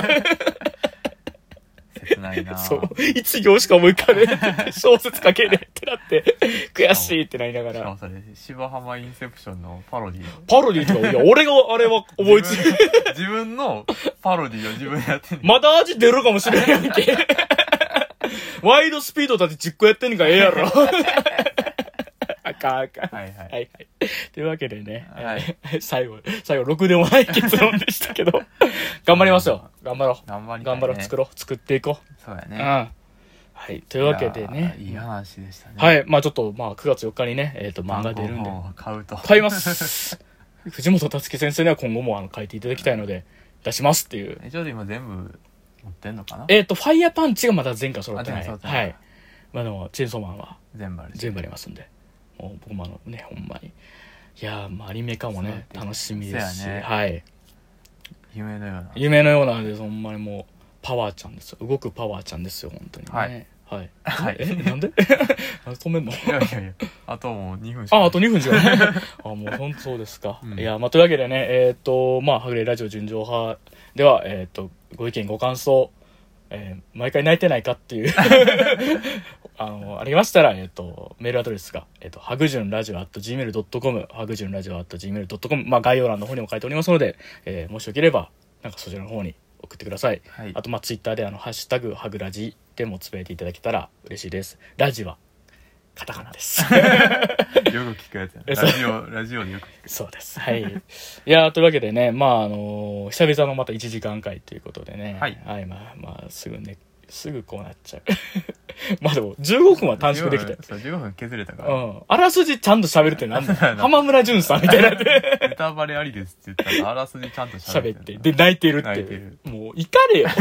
切ないな。そう一行しか思い浮かべない小説書けねえってなって悔しいってなりながらしかもそれ芝浜インセプションのパロディパロディとかいや俺があれは覚えつい自分のパロディを自分でやってんねんまだ味出るかもしれんやんけワイドスピードだってじゅっこやってんねんからええやろあかんあかんはいはいはいはいというわけでね、はい、最後最後ろくでもない結論でしたけど頑張りますよ頑張ろう頑張りたいね、頑張ろう作ろう作っていこうそうやね、うん、はいというわけでねいい話でしたね。はいまあちょっとまあくがつよっかにねえっ、ー、と漫画出るんで買うと買います藤本達樹先生には今後もあの書いていただきたいので出しますっていうちょうど今全部持ってんのかな。えっ、ー、とファイヤーパンチがまだ前回揃ってないはいまあでもチェーンソーマンは全部ある全部ありますんでもう僕もあのねほんまにいやまあアニメ化もね楽しみですし、ね、はい夢のような夢のようなですほんまにもうパワーちゃんですよ動くパワーちゃんですよ本当にねはいはい、はい、えなんで止めんのいやいやいやあともうにふんしかああとにふんしかあもう本当そうですか、うん、いやまあというわけでねえっ、ー、とまあはぐれラジオ純情派ではえっ、ー、とご意見ご感想えー、毎回泣いてないかっていうあのありましたら、えー、とメールアドレスが、えー、とハグジュンラジオ アットジーメールドットコム ハグジュンラジオ アットジーメールドットコム まあ概要欄の方にも書いておりますので、えー、もしよければなんかそちらの方に送ってください、はい、あとまあツイッターであのハッシュタグハグラジでもつぶやいていただけたら嬉しいです。ラジはカタカナですよく聞くやつやラジオラジオでよく聞くそうですはいいやというわけでねまああのー、久々のまたいちじかん回ということでねはい、はい、まあまあすぐねすぐこうなっちゃうまあでもじゅうごふんは短縮できたそうじゅうごふん削れたからうんあらすじちゃんと喋るってなんだ浜村淳さんみたいなネタバレありですって言ったらあらすじちゃんと喋ってで泣いてるっていうもう怒れよ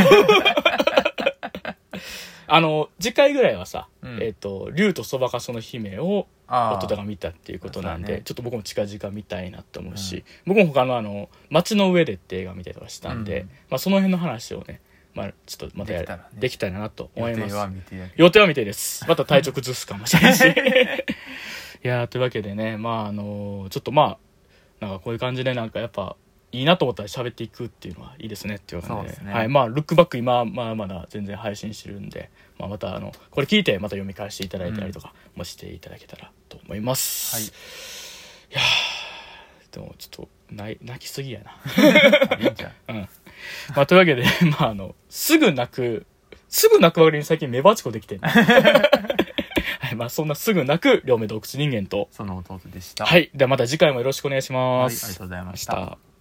あの次回ぐらいはさ、うん、えっ、ー、と竜とそばかすの姫を夫が見たっていうことなんで、ね、ちょっと僕も近々見たいなって思うし、うん、僕も他のあの街の上でって映画見たりとかしたんで、うんまあ、その辺の話をねまあ、ちょっとまたやるできたらねできたらなと思います。 予定は未定だけど予定は未定です。また体調崩すかもしれないし。いやー、というわけでね、まあ、あのーちょっとまあ、なんかこういう感じでなんかやっぱ、いいなと思ったら喋っていくっていうのはいいですねっていう感じで。 そうですねはい。まあ、ルックバック今、まあまだ全然配信してるんで、まあまたあの、これ聞いてまた読み返していただいたりとかもしていただけたらと思います。 はいいやー、でもちょっと、泣泣きすぎやな。 あいいんじゃんうん。まあ、というわけで、まあ、あの、すぐ泣く、すぐ泣くわりに最近メバチコできてる、ね。はい、まあ、そんなすぐ泣く両目洞窟人間と、 その弟でした。 はい。ではまた次回もよろしくお願いしはい、あります。 がとうございまししたた。